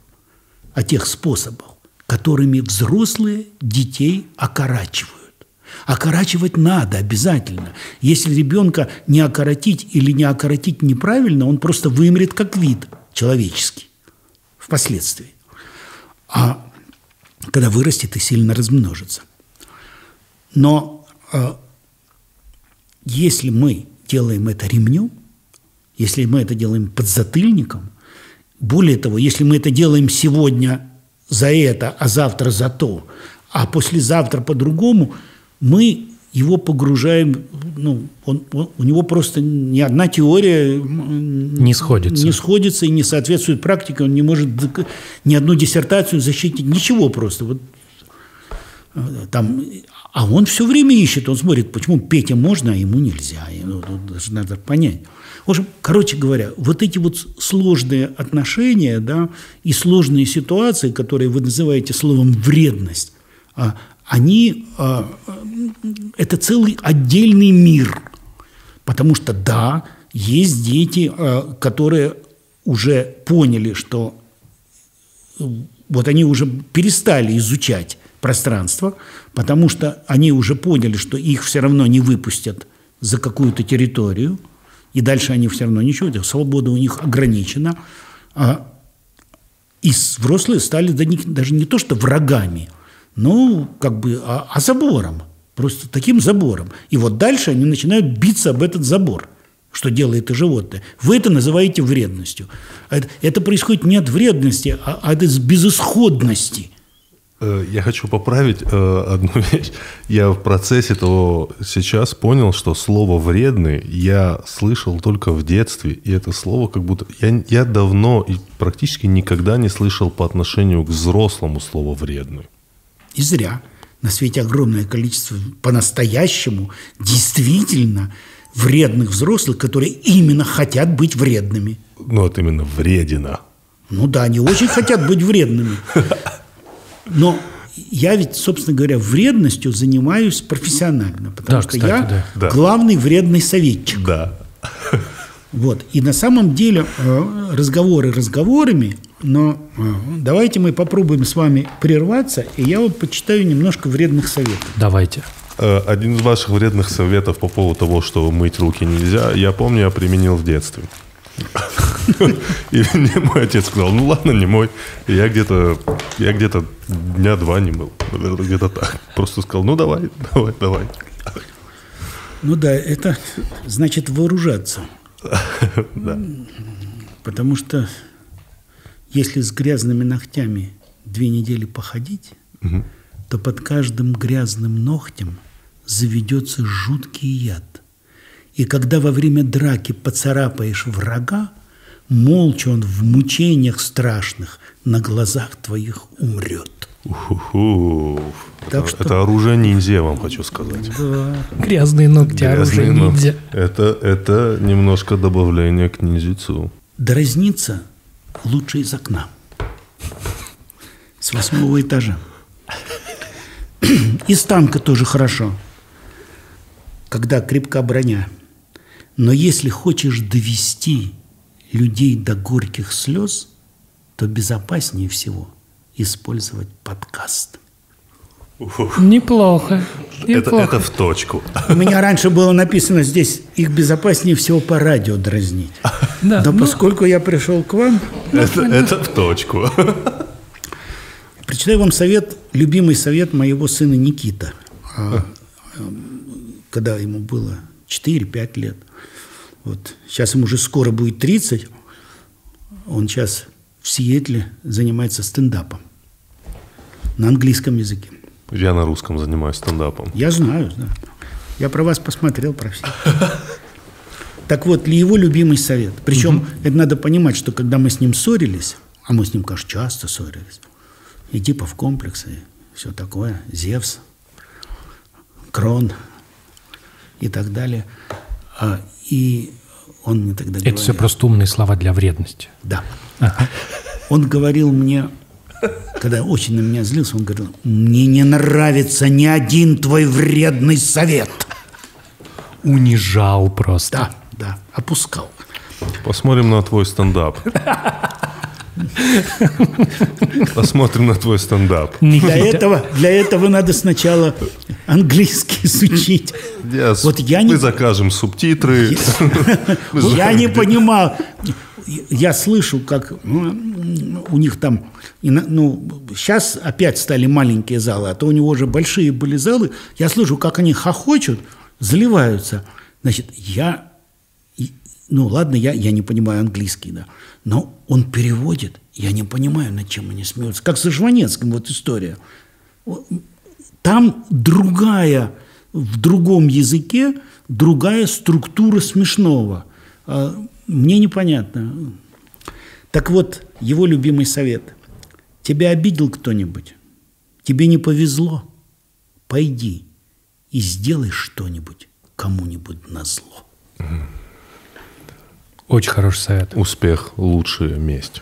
которыми взрослые детей окорачивают. Окорачивать надо обязательно. Если ребенка не окоротить или не окоротить неправильно, он просто вымрет как вид человеческий впоследствии. А когда вырастет и сильно размножится. Но если мы делаем это ремнем, если мы это делаем подзатыльником, более того, если мы это делаем сегодня за это, а завтра за то, а послезавтра по-другому, мы его погружаем, у него просто ни одна теория не сходится и не соответствует практике, он не может ни одну диссертацию защитить, ничего просто. Вот, там, а он все время ищет, он смотрит, почему Пете можно, а ему нельзя. Даже надо понять. В общем, короче говоря, вот эти вот сложные отношения, да, и сложные ситуации, которые вы называете словом «вредность», они это целый отдельный мир. Потому что, да, есть дети, которые уже поняли, что вот они уже перестали изучать пространство, потому что они уже поняли, что их все равно не выпустят за какую-то территорию, и дальше они все равно ничего, свобода у них ограничена. И взрослые стали для них даже не то что врагами, но как бы забором, просто таким забором. И вот дальше они начинают биться об этот забор, что делает и животное. Вы это называете вредностью. Это происходит не от вредности, а от безысходности. Я хочу поправить одну вещь. Я в процессе того сейчас понял, что слово «вредный» я слышал только в детстве. И это слово как будто... Я давно и практически никогда не слышал по отношению к взрослому слово «вредный». И зря. На свете огромное количество по-настоящему действительно вредных взрослых, которые именно хотят быть вредными. Ну, вот именно вредина. Ну да, они очень хотят быть вредными. Но я ведь, собственно говоря, вредностью занимаюсь профессионально, потому что кстати, я главный вредный советчик. Да. Вот. И на самом деле разговоры разговорами, но давайте мы попробуем с вами прерваться, и я вот почитаю немножко вредных советов. Давайте. Один из ваших вредных советов по поводу того, что мыть руки нельзя, я помню, я применил в детстве. И мне мой отец сказал, ну ладно, не мой. И я где-то дня 2 не мыл. Где-то так. Просто сказал, ну давай. Ну да, это значит вооружаться. Да. Потому что если с грязными ногтями 2 недели походить, то под каждым грязным ногтем заведется жуткий яд. И когда во время драки поцарапаешь врага, молча он в мучениях страшных на глазах твоих умрет. Это оружие ниндзя, я вам хочу сказать. Да. Грязные ногти, оружие ниндзя. Это немножко добавление к ниндзюцу. Дразниться лучше из окна. С 8-го этажа. Из танка тоже хорошо, когда крепка броня. Но если хочешь довести людей до горьких слез, то безопаснее всего использовать подкаст. Неплохо. Это в точку. У меня раньше было написано здесь, их безопаснее всего по радио дразнить. Но поскольку я пришел к вам... Это в точку. Прочитаю вам совет, любимый совет моего сына Никита. Когда ему было 4-5 лет. Вот. Сейчас ему уже скоро будет 30. Он сейчас в Сиэтле занимается стендапом. На английском языке. Я на русском занимаюсь стендапом. Я знаю, да. Я про вас посмотрел, про всех. Так вот, его любимый совет. Причем это надо понимать, что когда мы с ним ссорились, А мы с ним, конечно, часто ссорились. Эдипов комплекс и все такое, Зевс, Крон и так далее. И он мне тогда говорил... Это все просто умные слова для вредности. Да. Он говорил мне, когда очень на меня злился, он говорил: мне не нравится ни один твой вредный совет. Унижал просто. Да, опускал. Посмотрим на твой стендап. Посмотрим на твой стендап. Для этого надо сначала английский изучить. Мы закажем субтитры. Я не понимал. Я слышу, как у них там... сейчас опять стали маленькие залы, а то у него уже большие были залы. Я слышу, как они хохочут, заливаются. Значит, ладно, я не понимаю английский, да. Но он переводит, я не понимаю, над чем они смеются. Как со Жванецким вот история. Там в другом языке другая структура смешного. Мне непонятно. Так вот, его любимый совет. Тебя обидел кто-нибудь? Тебе не повезло? Пойди и сделай что-нибудь кому-нибудь назло. Очень хороший совет. Успех – лучшая месть.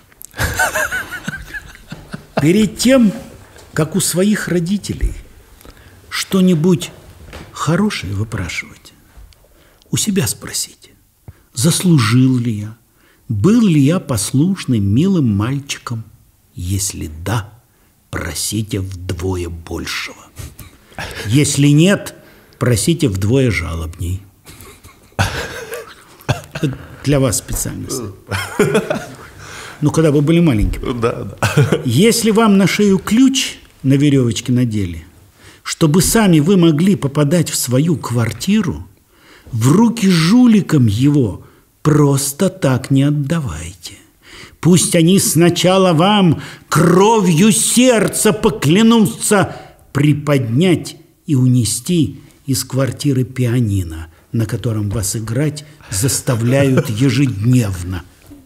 Перед тем, как у своих родителей что-нибудь хорошее выпрашивать, у себя спросите: заслужил ли я, был ли я послушным, милым мальчиком? Если да, просите вдвое большего. Если нет, просите вдвое жалобней. Для вас специально. Когда вы были маленькими. Да. Если вам на шею ключ на веревочке надели, чтобы сами вы могли попадать в свою квартиру, в руки жуликам его просто так не отдавайте. Пусть они сначала вам кровью сердца поклянутся приподнять и унести из квартиры пианино, на котором вас играть заставляют ежедневно.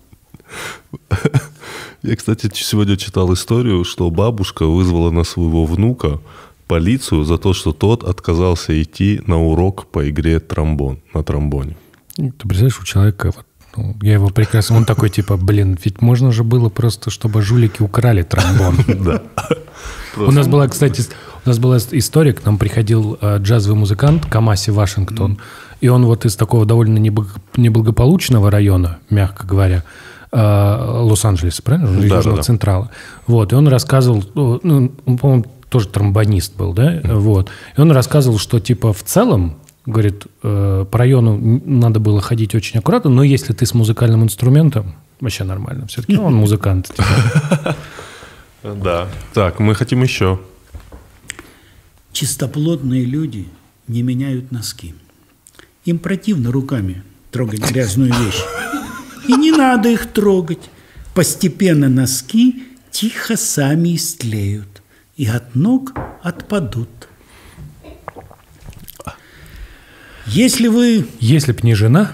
Я, кстати, сегодня читал историю, что бабушка вызвала на своего внука полицию за то, что тот отказался идти на урок по игре на тромбоне. Ты представляешь, у человека, я его прекрасно, он такой типа, ведь можно же было просто, чтобы жулики украли тромбон. Да. У нас была, кстати, история, к нам приходил джазовый музыкант Камаси Вашингтон, и он вот из такого довольно неблагополучного района, мягко говоря, Лос-Анджелеса, правильно? Южного Централа. Вот, и он рассказывал, он, по-моему, тоже тромбонист был, да? Вот. И он рассказывал, что типа в целом, говорит, по району надо было ходить очень аккуратно, но если ты с музыкальным инструментом, вообще нормально. Все-таки он музыкант. Да. Так, мы хотим еще. Чистоплотные люди не меняют носки. Им противно руками трогать грязную вещь. И не надо их трогать. Постепенно носки тихо сами истлеют и от ног отпадут. Если б не жена...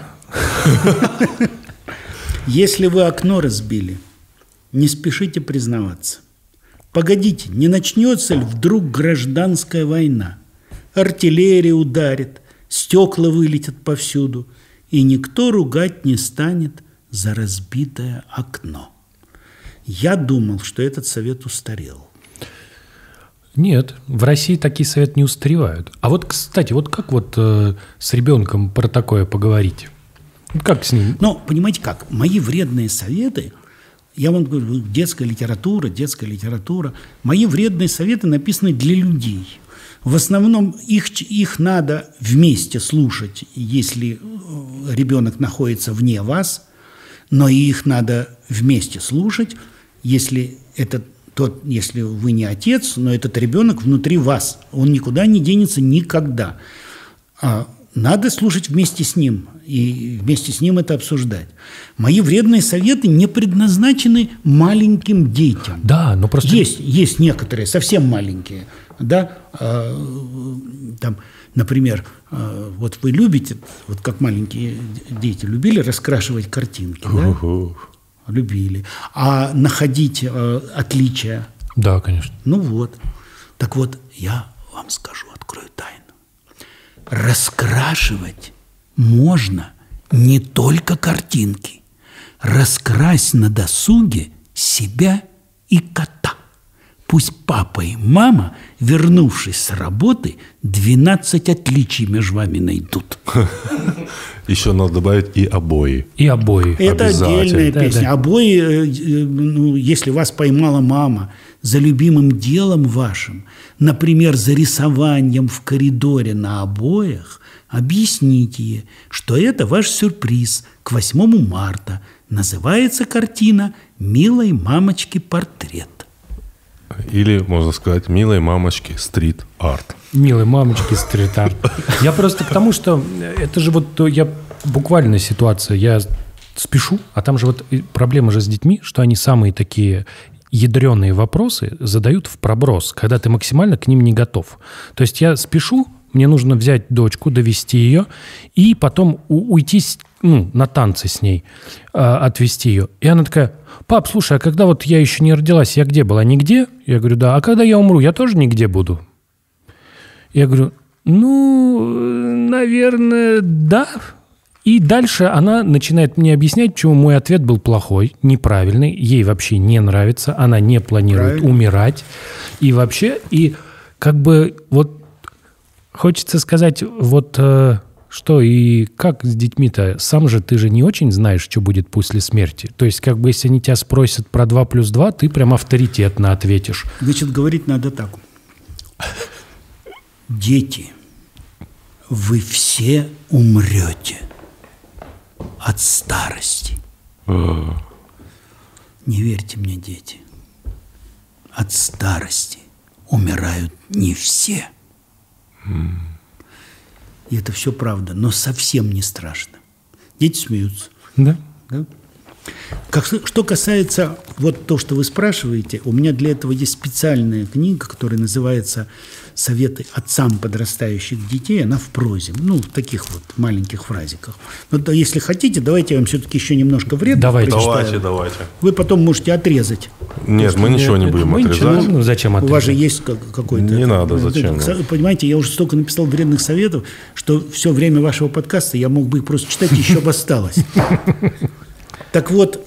Если вы окно разбили, не спешите признаваться. Погодите, не начнется ли вдруг гражданская война? Артиллерия ударит, стекла вылетят повсюду, и никто ругать не станет за разбитое окно. Я думал, что этот совет устарел. Нет, в России такие советы не устаревают. А вот, кстати, как с ребенком про такое поговорить? Как с ним? Понимаете как? Мои вредные советы, я вам говорю, детская литература. Мои вредные советы написаны для людей. В основном их надо вместе слушать, если ребенок находится вне вас, но и их надо вместе слушать, если вы не отец, но этот ребенок внутри вас. Он никуда не денется никогда. Надо слушать вместе с ним и вместе с ним это обсуждать. Мои вредные советы не предназначены маленьким детям. Да, но просто... Есть некоторые, совсем маленькие. Да? Там, например, вот вы любите, вот как маленькие дети, любили раскрашивать картинки. Да? Любили. А находить отличия? Да, конечно. Ну вот. Так вот, я вам скажу, открою тайну. Раскрашивать можно не только картинки. Раскрась на досуге себя и кота. Пусть папа и мама, вернувшись с работы, 12 отличий между вами найдут. Еще надо добавить и обои. И обои. Это отдельная песня. Да. Обои, если вас поймала мама за любимым делом вашим, например, за рисованием в коридоре на обоях, объясните ей, что это ваш сюрприз к 8 марта. Называется картина «Милой мамочки портрет». Или, можно сказать, «Милой мамочки стрит-арт». Милые мамочки, стрит-арт. Я просто к тому, что это же вот я буквально ситуация. Я спешу, а там же вот проблема же с детьми, что они самые такие ядреные вопросы задают в проброс, когда ты максимально к ним не готов. То есть я спешу, мне нужно взять дочку, довести ее и потом уйти на танцы с ней, отвезти ее. И она такая: пап, слушай, а когда вот я еще не родилась, я где была? Нигде? Я говорю, да. А когда я умру, я тоже нигде буду? Я говорю, наверное, да. И дальше она начинает мне объяснять, почему мой ответ был плохой, неправильный, ей вообще не нравится, она не планирует умирать. И вообще, и как бы вот хочется сказать, вот что и как с детьми-то, сам же ты же не очень знаешь, что будет после смерти. То есть как бы если они тебя спросят про 2 + 2, ты прям авторитетно ответишь. Значит, говорить надо так. Дети, вы все умрете от старости. Не верьте мне, дети. От старости умирают не все. И это все правда, но совсем не страшно. Дети смеются. Да. Да? Что касается вот то, что вы спрашиваете, у меня для этого есть специальная книга, которая называется «Советы отцам подрастающих детей». Она в прозе, в таких вот маленьких фразиках. Но если хотите, давайте я вам все-таки еще немножко вредно прочитаю. Давайте. Вы потом можете отрезать. Нет, мы ничего не будем отрезать. Зачем отрезать? У вас же есть какой-то... Не надо, зачем? Понимаете, я уже столько написал вредных советов, что все время вашего подкаста я мог бы их просто читать, еще бы осталось. Так вот,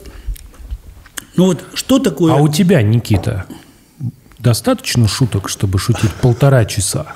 что такое... А у тебя, Никита, достаточно шуток, чтобы шутить 1,5 часа?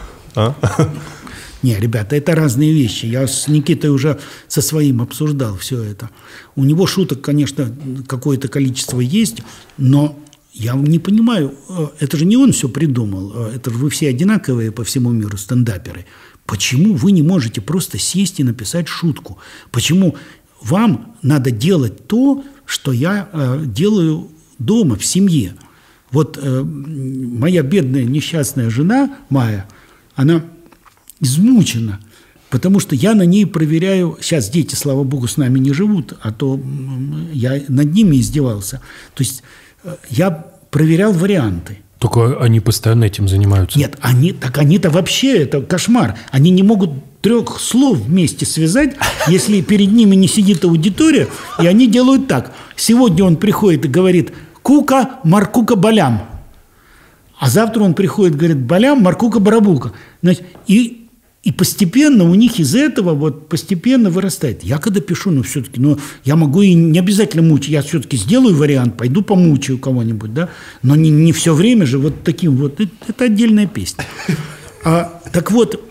Не, ребята, это разные вещи. Я с Никитой уже со своим обсуждал все это. У него шуток, конечно, какое-то количество есть, но я не понимаю, это же не он все придумал, это же вы все одинаковые по всему миру стендаперы. Почему вы не можете просто сесть и написать шутку? Почему вам надо делать то, что я делаю дома, в семье? Вот моя бедная несчастная жена Майя, она измучена, потому что я на ней проверяю, сейчас дети, слава богу, с нами не живут, а то я над ними издевался. То есть я проверял варианты. Только они постоянно этим занимаются. Нет, они-то вообще, это кошмар. Они не могут 3 слов вместе связать, если перед ними не сидит аудитория, и они делают так. Сегодня он приходит и говорит: «Кука, маркука, балям». А завтра он приходит и говорит: «Балям, маркука, барабука». Значит, и постепенно у них из этого вот постепенно вырастает. Я когда пишу, все-таки, я могу и не обязательно мучить. Я все-таки сделаю вариант, пойду помучаю кого-нибудь, да. Но не все время же вот таким вот. Это отдельная песня. Так вот,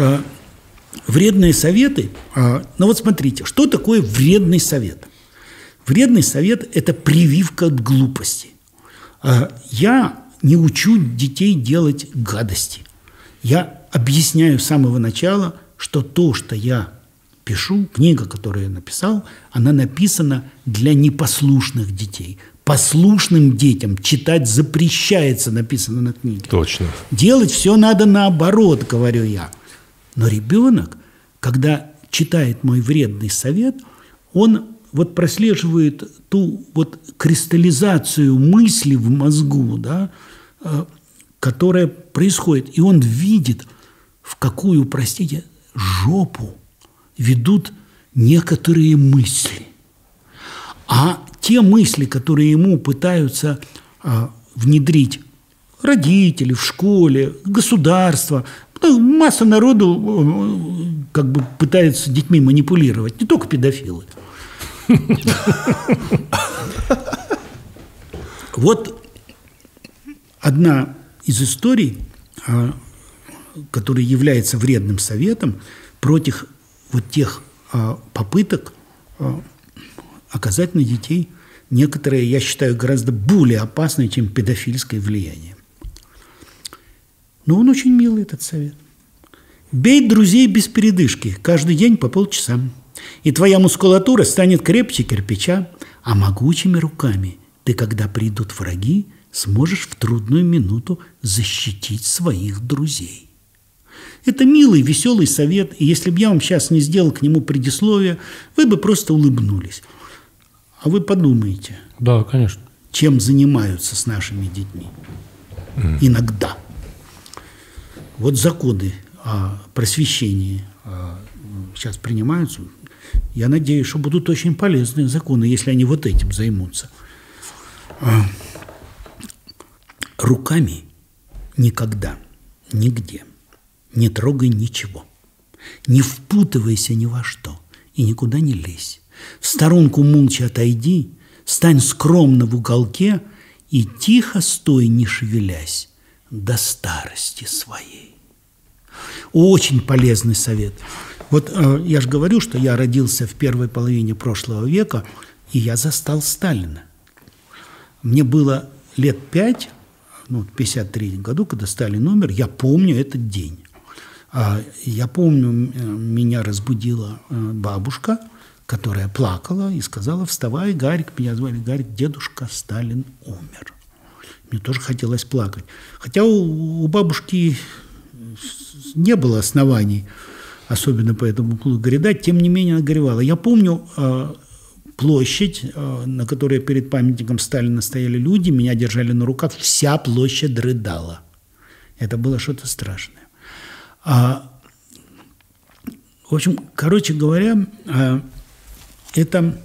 вредные советы. Вот смотрите, что такое вредный совет? Вредный совет – это прививка от глупости. Я не учу детей делать гадости. Я объясняю с самого начала, что то, что я пишу, книга, которую я написал, она написана для непослушных детей. Послушным детям читать запрещается, написано на книге. Точно. Делать все надо наоборот, говорю я. Но ребенок, когда читает мой вредный совет, он вот прослеживает ту вот кристаллизацию мысли в мозгу, да, которая происходит. И он видит, в какую, простите, жопу ведут некоторые мысли. А те мысли, которые ему пытаются внедрить родители в школе, государство, масса народу как бы пытается детьми манипулировать, не только педофилы. Вот одна из историй, которая является вредным советом против вот тех попыток оказать на детей некоторые, я считаю, гораздо более опасные, чем педофильское влияние. Но он очень милый, этот совет. Бей друзей без передышки, каждый день по полчаса. И твоя мускулатура станет крепче кирпича, а могучими руками ты, когда придут враги, сможешь в трудную минуту защитить своих друзей. Это милый, веселый совет, и если бы я вам сейчас не сделал к нему предисловие, вы бы просто улыбнулись. А вы подумайте. Да, конечно. Чем занимаются с нашими детьми. Иногда. Вот законы о просвещении сейчас принимаются. Я надеюсь, что будут очень полезные законы, если они вот этим займутся. Руками никогда, нигде не трогай ничего. Не впутывайся ни во что и никуда не лезь. В сторонку молча отойди, стань скромно в уголке и тихо стой, не шевелясь, до старости своей. Очень полезный совет. Вот я же говорю, что я родился в первой половине прошлого века, и я застал Сталина. Мне было лет 5, в 1953 году, когда Сталин умер, я помню этот день. Я помню, меня разбудила бабушка, которая плакала и сказала: «Вставай, Гарик». Меня звали Гарик. Дедушка Сталин умер. Мне тоже хотелось плакать. Хотя у бабушки не было оснований особенно по этому поводу горевать, тем не менее она горевала. Я помню площадь, на которой перед памятником Сталина стояли люди, меня держали на руках, вся площадь рыдала. Это было что-то страшное. В общем, короче говоря, это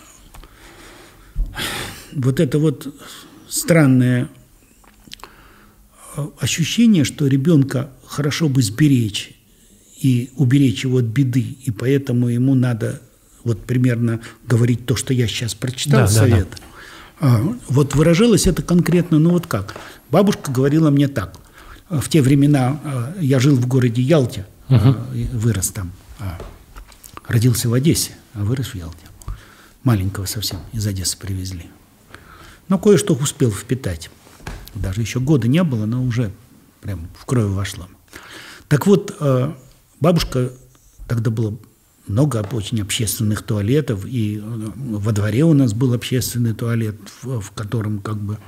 вот странное ощущение, что ребенка хорошо бы сберечь и уберечь его от беды, и поэтому ему надо вот примерно говорить то, что я сейчас прочитал, совет. Да. Вот выражалось это конкретно, вот как. Бабушка говорила мне так. В те времена я жил в городе Ялте, вырос там. Родился в Одессе, а вырос в Ялте. Маленького совсем из Одессы привезли. Но кое-что успел впитать. Даже еще года не было, но уже прям в кровь вошло. Так вот, бабушка, тогда было много очень общественных туалетов, и во дворе у нас был общественный туалет, в котором как бы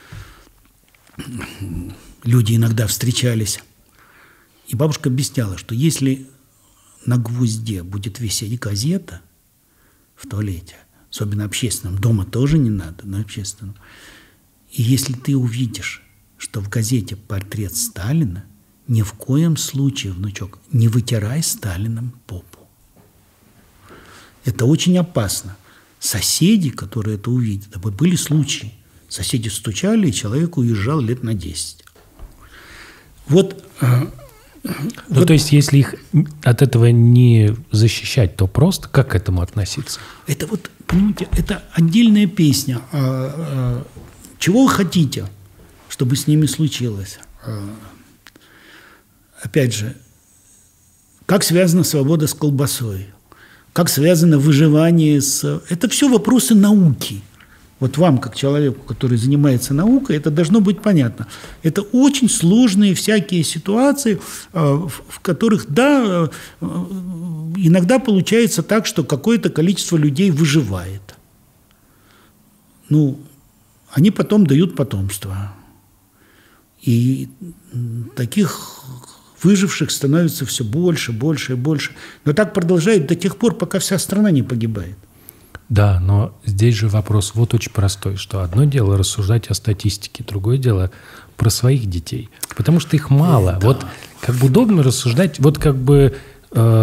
люди иногда встречались. И бабушка объясняла, что если на гвозде будет висеть газета в туалете, особенно общественном, дома тоже не надо, но общественном, и если ты увидишь, что в газете портрет Сталина, ни в коем случае, внучок, не вытирай Сталином попу. Это очень опасно. Соседи, которые это увидят, были случаи. Соседи стучали, и человек уезжал лет на 10. То есть, если их от этого не защищать, то просто как к этому относиться? Это понимаете, это отдельная песня. Чего вы хотите, чтобы с ними случилось? Опять же, как связана свобода с колбасой? Как связано выживание с... Это все вопросы науки. Вот вам, как человеку, который занимается наукой, это должно быть понятно. Это очень сложные всякие ситуации, в которых, да, иногда получается так, что какое-то количество людей выживает. Они потом дают потомство. И таких выживших становится все больше, больше и больше. Но так продолжает до тех пор, пока вся страна не погибает. Да, но здесь же вопрос вот очень простой, что одно дело рассуждать о статистике, другое дело про своих детей, потому что их мало. Да. Вот как бы удобно рассуждать, вот как бы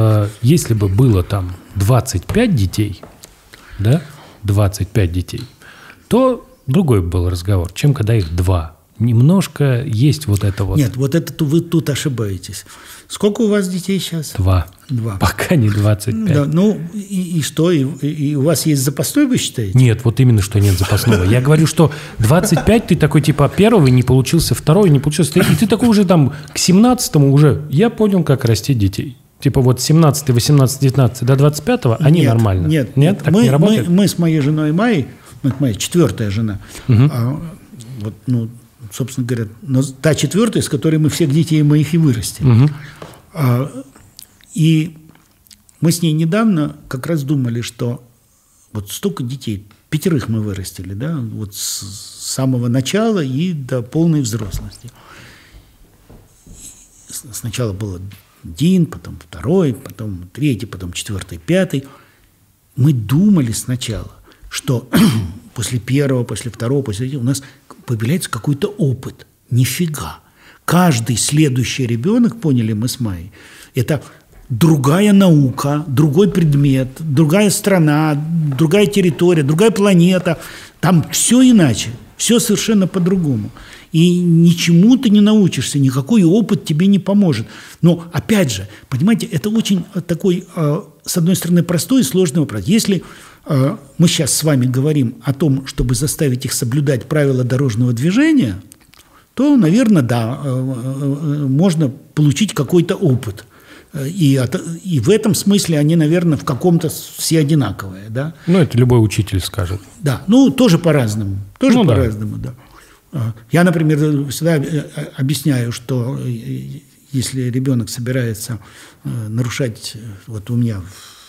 если бы было там 25 детей, да, 25 детей, то другой был разговор, чем когда их 2. Немножко есть вот это вот. Нет, вот это вы тут ошибаетесь. Сколько у вас детей сейчас? 2. Пока не 25. Да, ну, и что? И у вас есть запасной, вы считаете? Нет, вот именно, что нет запасного. Я говорю, что 25 ты такой, типа, первый, не получился второй, не получился третий. И ты такой уже там к 17-му уже, я понял, как растить детей. Типа вот 17, 18, 19 до 25-го, они нормально. Нет, так не работает? Мы с моей женой Майей, моя 4-я жена, вот, ну, собственно говоря, но та 4-я, с которой мы всех детей моих и вырастили. И мы с ней недавно как раз думали, что вот столько детей, 5 мы вырастили, да, вот с самого начала и до полной взрослости. Сначала было 1, потом 2, потом 3, потом 4, 5. Мы думали сначала, что после 1, после 2, после 3 у нас появляется какой-то опыт. Нифига. Каждый следующий ребенок, поняли мы с Майей, это другая наука, другой предмет, другая страна, другая территория, другая планета. Там все иначе, все совершенно по-другому. И ничему ты не научишься, никакой опыт тебе не поможет. Но, опять же, понимаете, это очень такой, с одной стороны, простой и сложный вопрос. Если мы сейчас с вами говорим о том, чтобы заставить их соблюдать правила дорожного движения, то, наверное, да, можно получить какой-то опыт. И в этом смысле они, наверное, в каком-то все одинаковые. Да? Ну, это любой учитель скажет. Да, ну, тоже по-разному. Тоже ну, по-разному, да. Я, например, всегда объясняю, что если ребенок собирается нарушать, вот у меня,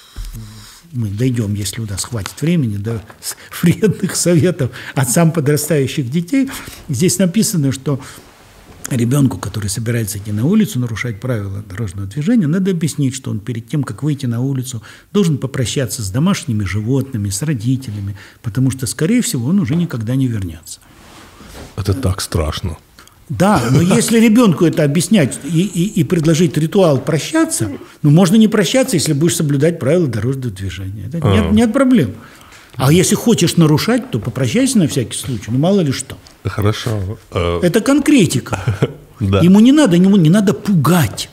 мы дойдем, если у нас хватит времени, до вредных советов отцам подрастающих детей, здесь написано, что ребенку, который собирается идти на улицу, нарушать правила дорожного движения, надо объяснить, что он перед тем, как выйти на улицу, должен попрощаться с домашними животными, с родителями, потому что, скорее всего, он уже никогда не вернется. Это так страшно. Да, но если ребенку это объяснять и предложить ритуал прощаться, ну, можно не прощаться, если будешь соблюдать правила дорожного движения. Нет проблем. А если хочешь нарушать, то попрощайся на всякий случай, ну, мало ли что. Хорошо. Это конкретика. Да. Ему не надо пугать.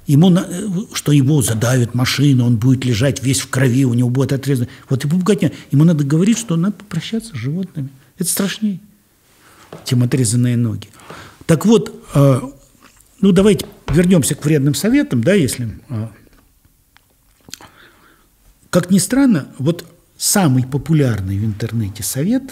Что его задавит машина, он будет лежать весь в крови, у него будет отрезано. Вот и пугать нет. Ему надо говорить, что надо попрощаться с животными. Это страшнее, чем отрезанные ноги. Так вот, ну, давайте вернемся к вредным советам, да, если... Как ни странно, вот самый популярный в интернете совет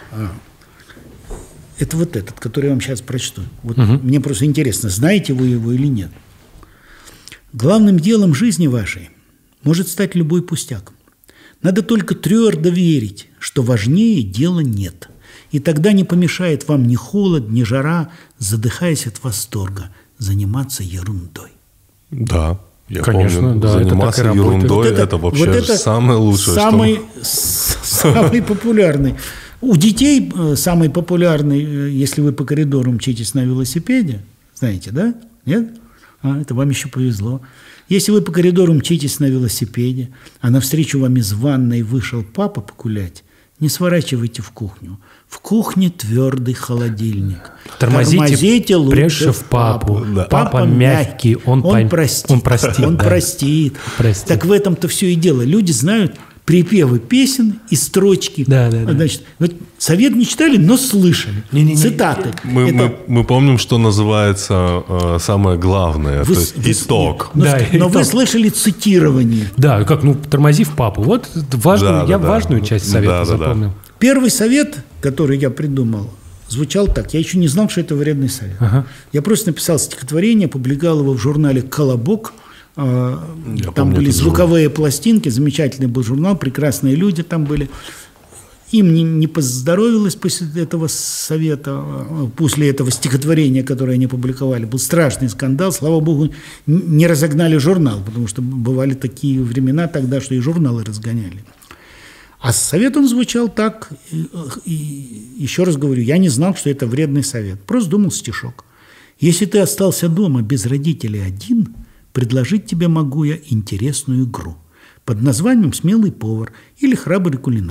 это вот этот, который я вам сейчас прочту. Вот мне просто интересно, знаете вы его или нет. Главным делом жизни вашей может стать любой пустяк. Надо только твердо верить, что важнее дела нет. И тогда не помешает вам ни холод, ни жара, задыхаясь от восторга, заниматься ерундой. Да. Я Конечно, помню, да, заниматься это ерундой – это вообще самое лучшее, самый популярный. У детей самый популярный, если вы по коридору мчитесь на велосипеде, знаете, да? Нет? Это вам еще повезло. Если вы по коридору мчитесь на велосипеде, а навстречу вам из ванной вышел папа погулять, не сворачивайте в кухню. В кухне твердый холодильник. Тормозите лучше в папу. Да. Папа мягкий, он простит. Он простит. Так в этом-то все и дело. Люди знают припевы песен и строчки. Да. Значит, вот совет не читали, но слышали. Цитаты. Мы помним, что называется самое главное. То есть итог. Но вы слышали цитирование. Да, как, тормози в папу. Вот важную часть совета запомнил. Первый совет, который я придумал, звучал так. Я еще не знал, что это вредный совет. Я просто написал стихотворение, опубликовал его в журнале «Колобок». Там были звуковые пластинки, замечательный был журнал, прекрасные люди там были. Им не поздоровилось после этого совета, после этого стихотворения, которое они публиковали. Был страшный скандал. Слава богу, не разогнали журнал, потому что бывали такие времена тогда, что и журналы разгоняли. А совет он звучал так, и еще раз говорю, я не знал, что это вредный совет. Просто думал стишок. Если ты остался дома без родителей один, предложить тебе могу я интересную игру под названием «Смелый повар» или «Храбрый кулинар».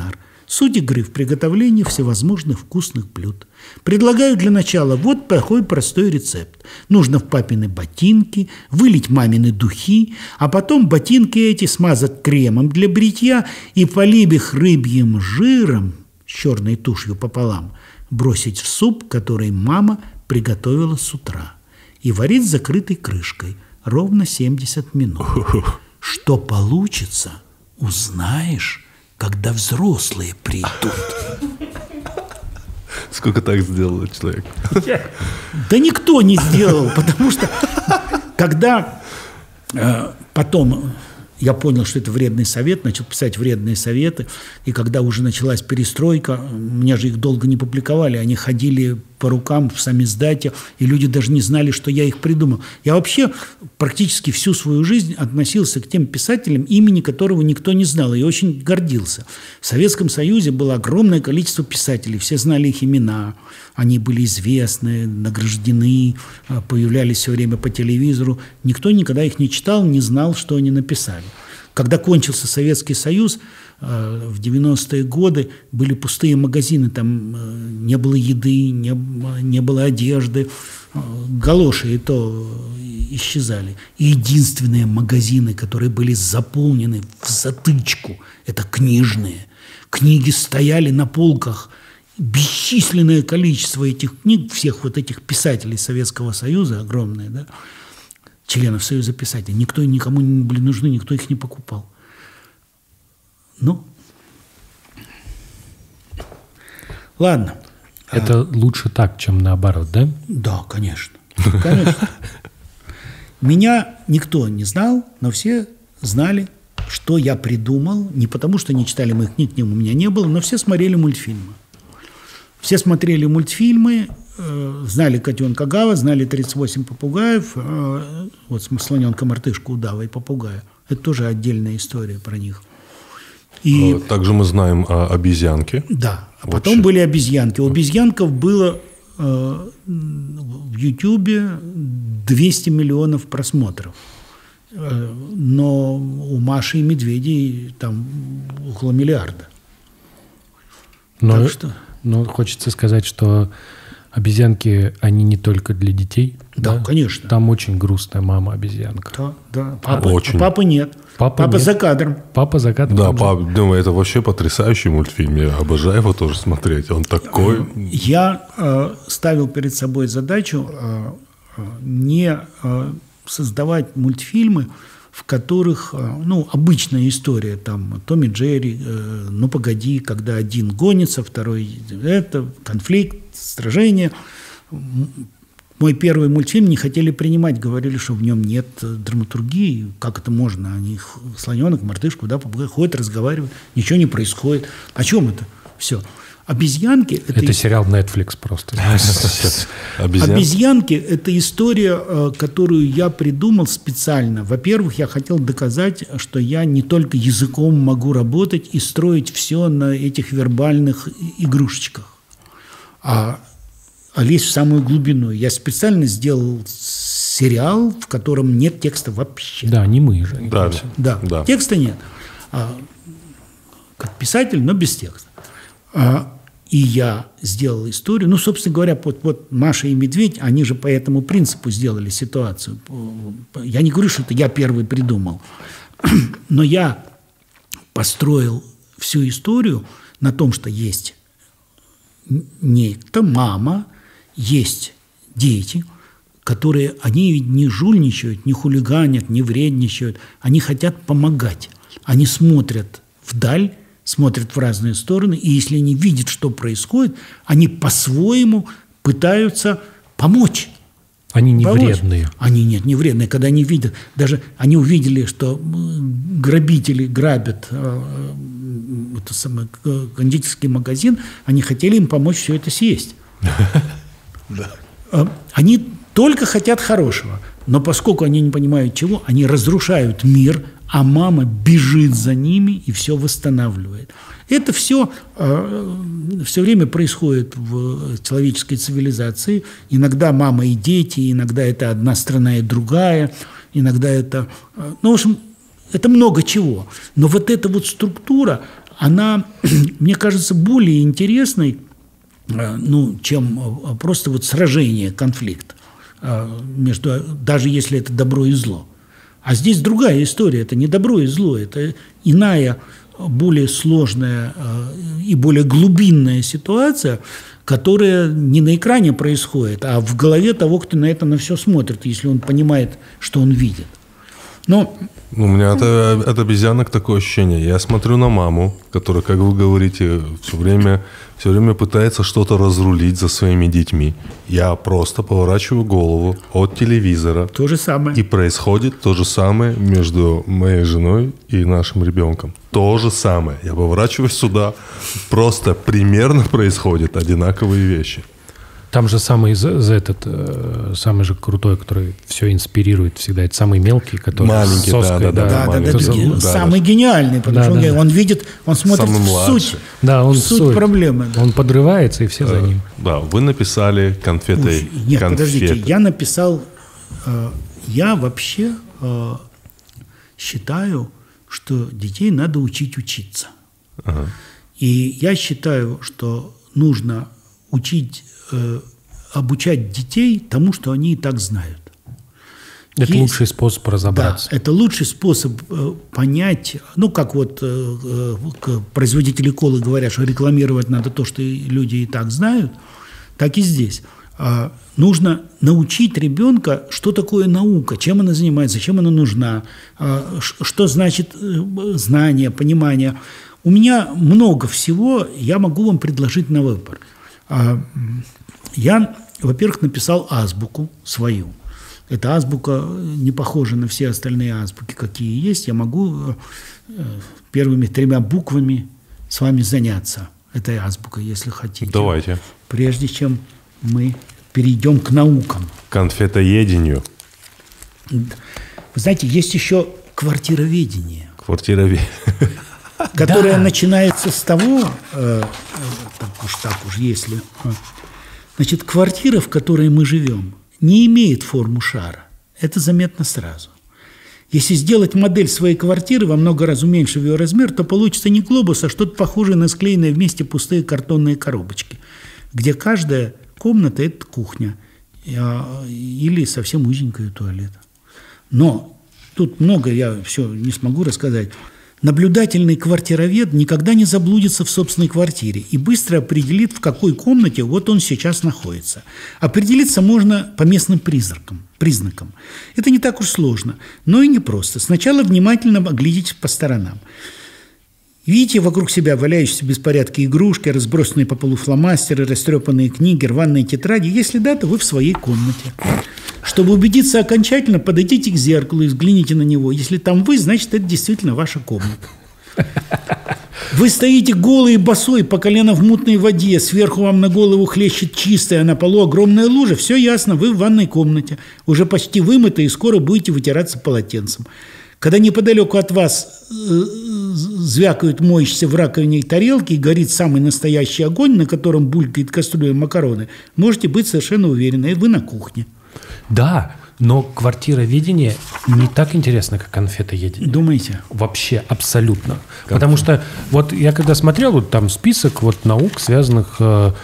Суть игры в приготовлении всевозможных вкусных блюд. Предлагаю для начала вот такой простой рецепт. Нужно в папины ботинки вылить мамины духи, а потом ботинки эти смазать кремом для бритья и, полив их рыбьим жиром с черной тушью пополам, бросить в суп, который мама приготовила с утра, и варить с закрытой крышкой ровно 70 минут. Что получится, узнаешь, когда взрослые придут. Сколько так сделал человек? Да никто не сделал, потому что когда потом я понял, что это вредный совет, начал писать вредные советы, и когда уже началась перестройка, меня же их долго не публиковали, они ходили по рукам в самиздате, и люди даже не знали, что я их придумал. Я вообще практически всю свою жизнь относился к тем писателям, имени которого никто не знал, и очень гордился. В Советском Союзе было огромное количество писателей, все знали их имена, они были известны, награждены, появлялись все время по телевизору. Никто никогда их не читал, не знал, что они написали. Когда кончился Советский Союз, в 90-е годы были пустые магазины, там не было еды, не было одежды, галоши и то исчезали. И единственные магазины, которые были заполнены в затычку, это книжные. Книги стояли на полках, бесчисленное количество этих книг, всех вот этих писателей Советского Союза, огромное, да, членов Союза писателей, никто никому не были нужны, никто их не покупал. Ну, ладно. Это лучше так, чем наоборот, да? Да, конечно. Конечно. Меня никто не знал, но все знали, что я придумал. Не потому, что не читали моих книг, у меня не было, но все смотрели мультфильмы. Все смотрели мультфильмы, знали «Котенка Гава», знали «38 попугаев», вот «Слоненка, мартышку, удава и попугая». Это тоже отдельная история про них. И, также мы знаем о обезьянке. Да, а потом были обезьянки. У обезьянков было в Ютубе 200 миллионов просмотров. Но у Маши и Медведей там около миллиарда. Так что... Но хочется сказать, что обезьянки, они не только для детей. Да, конечно. Там очень грустная мама-обезьянка. Да, да. Папы нет. Папа нет. За кадром. Папа за кадром. Да, думаю, это вообще потрясающий мультфильм. Я обожаю его тоже смотреть. Он такой... Я ставил перед собой задачу не создавать мультфильмы, в которых, ну, обычная история, там, Том и Джерри, ну, погоди, когда один гонится, второй это, конфликт, сражение. Мой первый мультфильм не хотели принимать, говорили, что в нем нет драматургии, как это можно, они слоненок, мартышку, да, попугай, ходят, разговаривают, ничего не происходит. О чем это? Все. Обезьянки... Это сериал Netflix просто. Обезьянки – это история, которую я придумал специально. Во-первых, я хотел доказать, что я не только языком могу работать и строить все на этих вербальных игрушечках, а лезть в самую глубину. Я специально сделал сериал, в котором нет текста вообще. Да, не мы же. Да. Текста нет. Как писатель, но без текста. И я сделал историю. Ну, собственно говоря, вот Маша и Медведь, они же по этому принципу сделали ситуацию. Я не говорю, что это я первый придумал, но я построил всю историю на том, что есть некто, мама, есть дети, которые, они не жульничают, не хулиганят, не вредничают, они хотят помогать. Они смотрят вдаль, смотрят в разные стороны, и если они видят, что происходит, они по-своему пытаются помочь. Они не вредные. Они не вредные. Когда они видят, даже они увидели, что грабители грабят кондитерский магазин, они хотели им помочь все это съесть. Они только хотят хорошего, но поскольку они не понимают чего, они разрушают мир, а мама бежит за ними и все восстанавливает. Это все время происходит в человеческой цивилизации. Иногда мама и дети, иногда это одна страна и другая, иногда это... Ну, в общем, это много чего. Но вот эта вот структура, она, мне кажется, более интересной, чем просто вот сражение, конфликт между, даже если это добро и зло. А здесь другая история. Это не добро и зло, это иная, более сложная и более глубинная ситуация, которая не на экране происходит, а в голове того, кто на это на все смотрит, если он понимает, что он видит. Но у меня от обезьянок такое ощущение. Я смотрю на маму, которая, как вы говорите, все время пытается что-то разрулить за своими детьми. Я просто поворачиваю голову от телевизора. То же самое. И происходит то же самое между моей женой и нашим ребенком. То же самое. Я поворачиваюсь сюда. Просто примерно происходят одинаковые вещи. Там же самый самый же крутой, который все инспирирует всегда, это самый мелкий, который маленький, соской, самый гениальный, потому что он видит, он смотрит суть проблемы. Он подрывается, и все за ним. Да, вы написали конфеты. Нет, подождите, я написал, я вообще считаю, что детей надо учить учиться. Ага. И я считаю, что нужно обучать детей тому, что они и так знают. Это лучший способ разобраться. Да, это лучший способ понять, как вот производители колы говорят, что рекламировать надо то, что люди и так знают, так и здесь. Нужно научить ребенка, что такое наука, чем она занимается, чем она нужна, что значит знание, понимание. У меня много всего, я могу вам предложить на выбор. Я, во-первых, написал азбуку свою. Эта азбука не похожа на все остальные азбуки, какие есть. Я могу первыми 3 буквами с вами заняться этой азбукой, если хотите. Давайте. Прежде чем мы перейдем к наукам. Конфетоедению. Вы знаете, есть еще квартироведение. Которое начинается с того, так уж если... Значит, квартира, в которой мы живем, не имеет форму шара. Это заметно сразу. Если сделать модель своей квартиры, во много раз уменьшив ее размер, то получится не глобус, а что-то похожее на склеенные вместе пустые картонные коробочки, где каждая комната – это кухня или совсем узенькая туалет. Но тут много, я все не смогу рассказать. Наблюдательный квартировед никогда не заблудится в собственной квартире и быстро определит, в какой комнате вот он сейчас находится. Определиться можно по местным признакам. Это не так уж сложно, но и непросто. Сначала внимательно оглядитесь по сторонам. Видите вокруг себя валяющиеся в беспорядке игрушки, разбросанные по полу фломастеры, растрепанные книги, рваные тетради. Если да, то вы в своей комнате. Чтобы убедиться окончательно, подойдите к зеркалу и взгляните на него. Если там вы, значит, это действительно ваша комната. Вы стоите голый и босой, по колено в мутной воде, сверху вам на голову хлещет чистая, на полу огромная лужа. Все ясно, вы в ванной комнате, уже почти вымыты и скоро будете вытираться полотенцем. Когда неподалеку от вас звякают моющиеся в раковине тарелки и горит самый настоящий огонь, на котором булькает кастрюля макароны, можете быть совершенно уверены, вы на кухне. Да, но квартироведение не так интересно, как конфетоедение. Думаете? Вообще, абсолютно. Потому что вот я когда смотрел, вот там список наук, связанных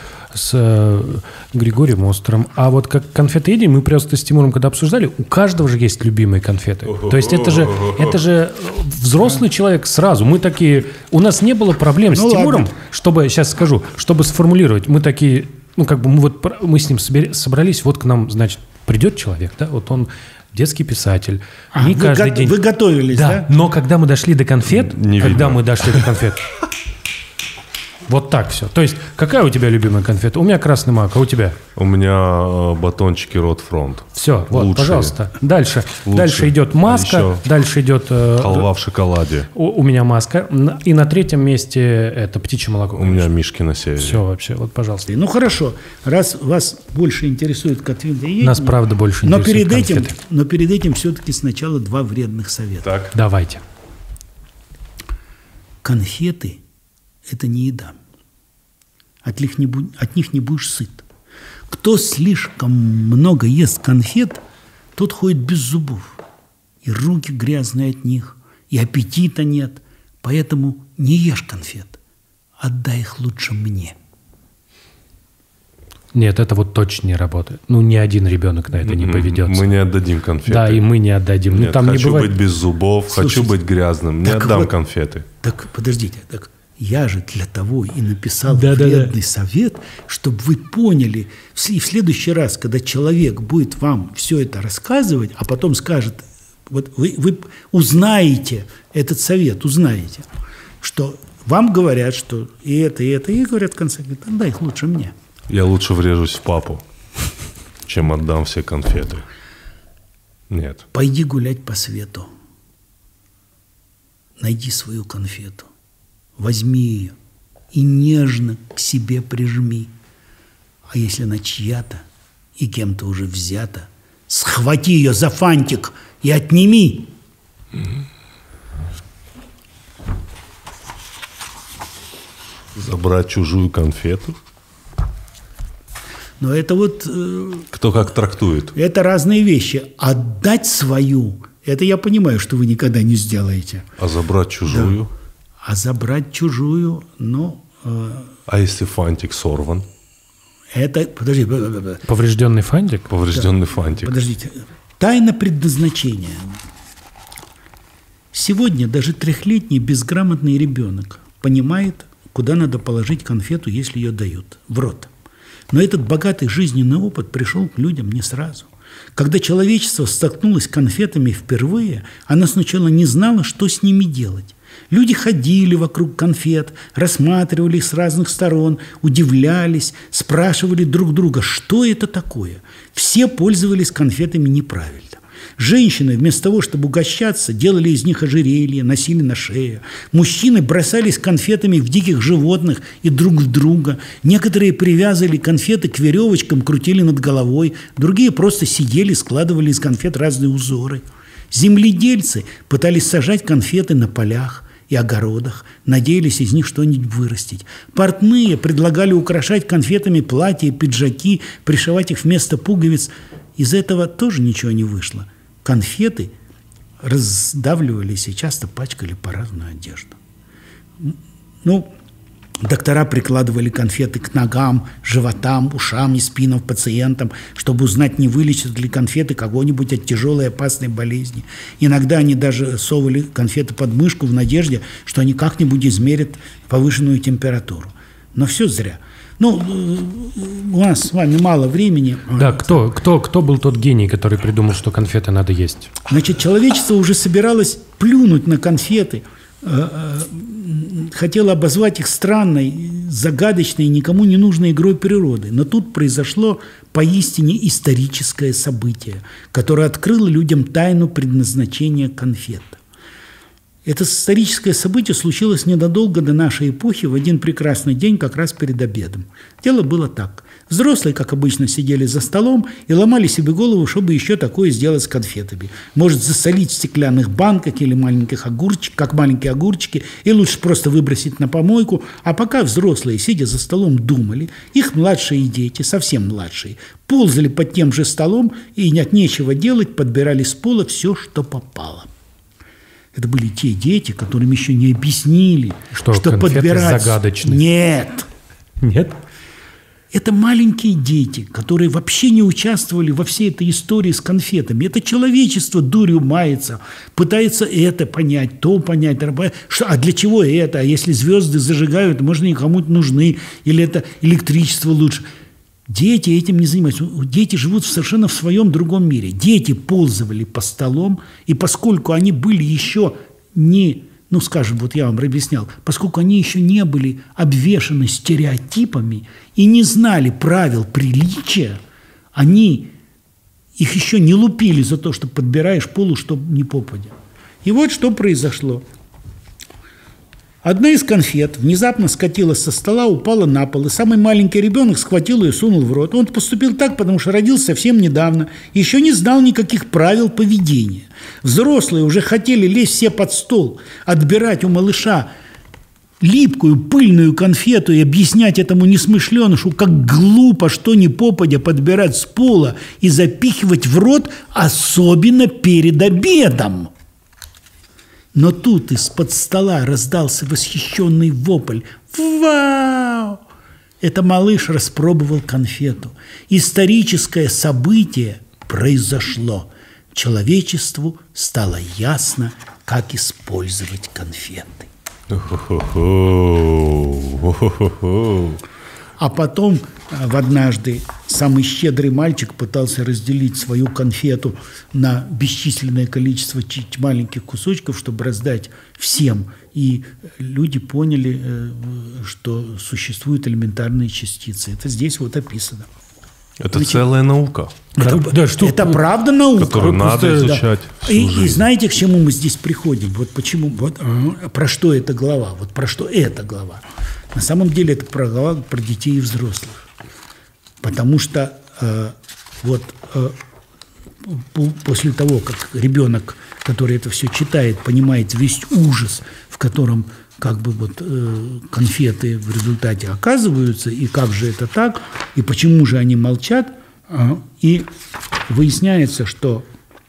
с Григорием Остером, а вот как конфетоедение мы просто с Тимуром когда обсуждали, у каждого же есть любимые конфеты. То есть это же взрослый человек сразу. Мы такие, у нас не было проблем с Тимуром, чтобы, сейчас скажу, чтобы сформулировать, мы такие, мы с ним собрались, вот к нам, значит, придет человек, да, вот он детский писатель. Не каждый день. Вы готовились, да? Но когда мы дошли до конфет, вот так все. То есть, какая у тебя любимая конфета? У меня красный мак, а у тебя? У меня батончики Ротфронт. Все, вот, лучшие. Пожалуйста. Дальше идет маска, дальше идет... халва в шоколаде. У меня маска. И на 3-м месте это птичье молоко. У меня мишки на севере. Все вообще, вот, пожалуйста. Ну, хорошо. Раз вас больше интересует конфеты... Нас, правда, больше интересует конфеты. Но перед этим все-таки сначала 2 вредных совета. Так. Давайте. Конфеты – это не еда. От них не будешь сыт. Кто слишком много ест конфет, тот ходит без зубов. И руки грязные от них, и аппетита нет. Поэтому не ешь конфет, отдай их лучше мне. Нет, это вот точно не работает. Ну, ни один ребенок на это не поведется. Мы не отдадим конфеты. Да, и мы не отдадим. Нет, ну, там хочу не бывает... быть без зубов, Слушайте, хочу быть грязным, не отдам вот конфеты. Так, подождите, так я же для того и написал вредный совет, чтобы вы поняли, и в следующий раз, когда человек будет вам все это рассказывать, а потом скажет, вот вы узнаете этот совет, узнаете, что вам говорят, что и это, и говорят в конце, говорят, отдай их лучше мне. Я лучше врежусь в папу, чем отдам все конфеты. Нет. Пойди гулять по свету. Найди свою конфету. Возьми ее и нежно к себе прижми. А если она чья-то и кем-то уже взята, схвати ее за фантик и отними. Забрать чужую конфету? Но это вот... Кто как трактует. Это разные вещи. Отдать свою, это я понимаю, что вы никогда не сделаете. А забрать чужую? Да. А забрать чужую, ну... А если фантик сорван? Это... Подожди. Поврежденный фантик? Поврежденный фантик. Подождите. Тайна предназначения. Сегодня даже 3-летний безграмотный ребенок понимает, куда надо положить конфету, если ее дают. В рот. Но этот богатый жизненный опыт пришел к людям не сразу. Когда человечество столкнулось с конфетами впервые, оно сначала не знало, что с ними делать. Люди ходили вокруг конфет, рассматривали их с разных сторон, удивлялись, спрашивали друг друга, что это такое. Все пользовались конфетами неправильно. Женщины вместо того, чтобы угощаться, делали из них ожерелья, носили на шее. Мужчины бросались конфетами в диких животных и друг в друга. Некоторые привязывали конфеты к веревочкам, крутили над головой. Другие просто сидели, складывали из конфет разные узоры. Земледельцы пытались сажать конфеты на полях и огородах, надеялись из них что-нибудь вырастить. Портные предлагали украшать конфетами платья и пиджаки, пришивать их вместо пуговиц. Из этого тоже ничего не вышло. Конфеты раздавливались и часто пачкали парадную одежду. Ну, доктора прикладывали конфеты к ногам, животам, ушам и спинам пациентам, чтобы узнать, не вылечат ли конфеты кого-нибудь от тяжелой опасной болезни. Иногда они даже совали конфеты под мышку в надежде, что они как-нибудь измерят повышенную температуру. Но все зря. Ну, у нас с вами мало времени. Да, кто был тот гений, который придумал, что конфеты надо есть? Значит, человечество уже собиралось плюнуть на конфеты, хотело обозвать их странной, загадочной, никому не нужной игрой природы. Но тут произошло поистине историческое событие, которое открыло людям тайну предназначения конфет. Это историческое событие случилось незадолго до нашей эпохи, в один прекрасный день, как раз перед обедом. Дело было так. Взрослые, как обычно, сидели за столом и ломали себе голову, чтобы еще такое сделать с конфетами. Может, засолить в стеклянных банках или маленьких огурчиках, как маленькие огурчики, и лучше просто выбросить на помойку. А пока взрослые, сидя за столом, думали, их младшие дети, совсем младшие, ползали под тем же столом и от нечего делать подбирали с пола все, что попало. Это были те дети, которым еще не объяснили, что подбирать... загадочные. Нет. Нет? Это маленькие дети, которые вообще не участвовали во всей этой истории с конфетами. Это человечество дурью мается, пытается это понять, то понять. А для чего это? А если звезды зажигают, может, они кому-то нужны, или это электричество лучше. Дети этим не занимаются. Дети живут совершенно в своем другом мире. Дети ползали по столам, и поскольку они были еще не, ну, скажем, вот я вам объяснял, поскольку они еще не были обвешаны стереотипами и не знали правил приличия, они их еще не лупили за то, что подбираешь полу, чтобы не попадя. И вот что произошло. Одна из конфет внезапно скатилась со стола, упала на пол, и самый маленький ребенок схватил ее и сунул в рот. Он поступил так, потому что родился совсем недавно, еще не знал никаких правил поведения. Взрослые уже хотели лезть все под стол, отбирать у малыша липкую, пыльную конфету и объяснять этому несмышленышу, как глупо, что ни попадя, подбирать с пола и запихивать в рот, особенно перед обедом. Но тут из-под стола раздался восхищенный вопль. «Вау!» Это малыш распробовал конфету. Историческое событие произошло. Человечеству стало ясно, как использовать конфеты. А потом однажды самый щедрый мальчик пытался разделить свою конфету на бесчисленное количество маленьких кусочков, чтобы раздать всем. И люди поняли, что существуют элементарные частицы. Это здесь вот описано. Это целая наука. Это правда наука. Которую надо изучать всю жизнь. И знаете, к чему мы здесь приходим? Вот почему, про что эта глава? Вот про что эта глава? На самом деле это глава про детей и взрослых. Потому что после того, как ребенок, который это все читает, понимает весь ужас, в котором конфеты в результате оказываются, и как же это так, и почему же они молчат, и выясняется, что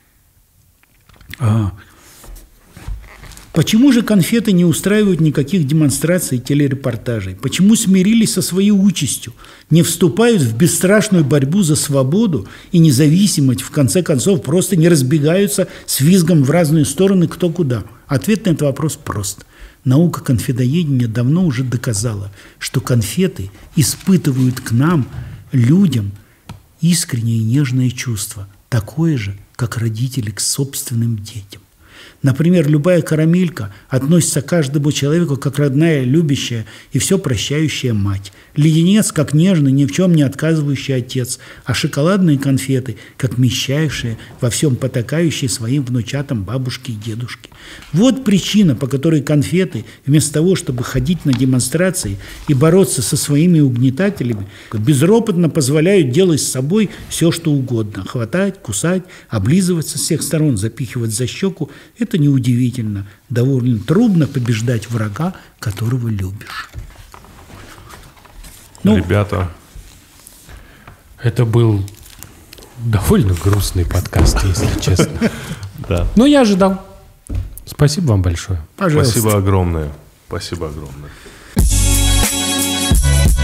почему же конфеты не устраивают никаких демонстраций и телерепортажей? Почему смирились со своей участью, не вступают в бесстрашную борьбу за свободу и независимость, в конце концов просто не разбегаются с визгом в разные стороны кто куда? Ответ на этот вопрос прост. Наука конфетоедения давно уже доказала, что конфеты испытывают к нам, людям, искреннее и нежное чувство, такое же, как родители к собственным детям. Например, любая карамелька относится к каждому человеку как родная, любящая и все прощающая мать. Леденец, как нежный, ни в чем не отказывающий отец, а шоколадные конфеты, как мещайшие, во всем потакающие своим внучатам бабушки и дедушки. Вот причина, по которой конфеты, вместо того, чтобы ходить на демонстрации и бороться со своими угнетателями, безропотно позволяют делать с собой все, что угодно. Хватать, кусать, облизывать со всех сторон, запихивать за щеку. Это неудивительно. Довольно трудно побеждать врага, которого любишь. Ребята, это был довольно грустный подкаст, если честно. Да. Но я ожидал. Спасибо вам большое. Пожалуйста. Спасибо огромное. Спасибо огромное.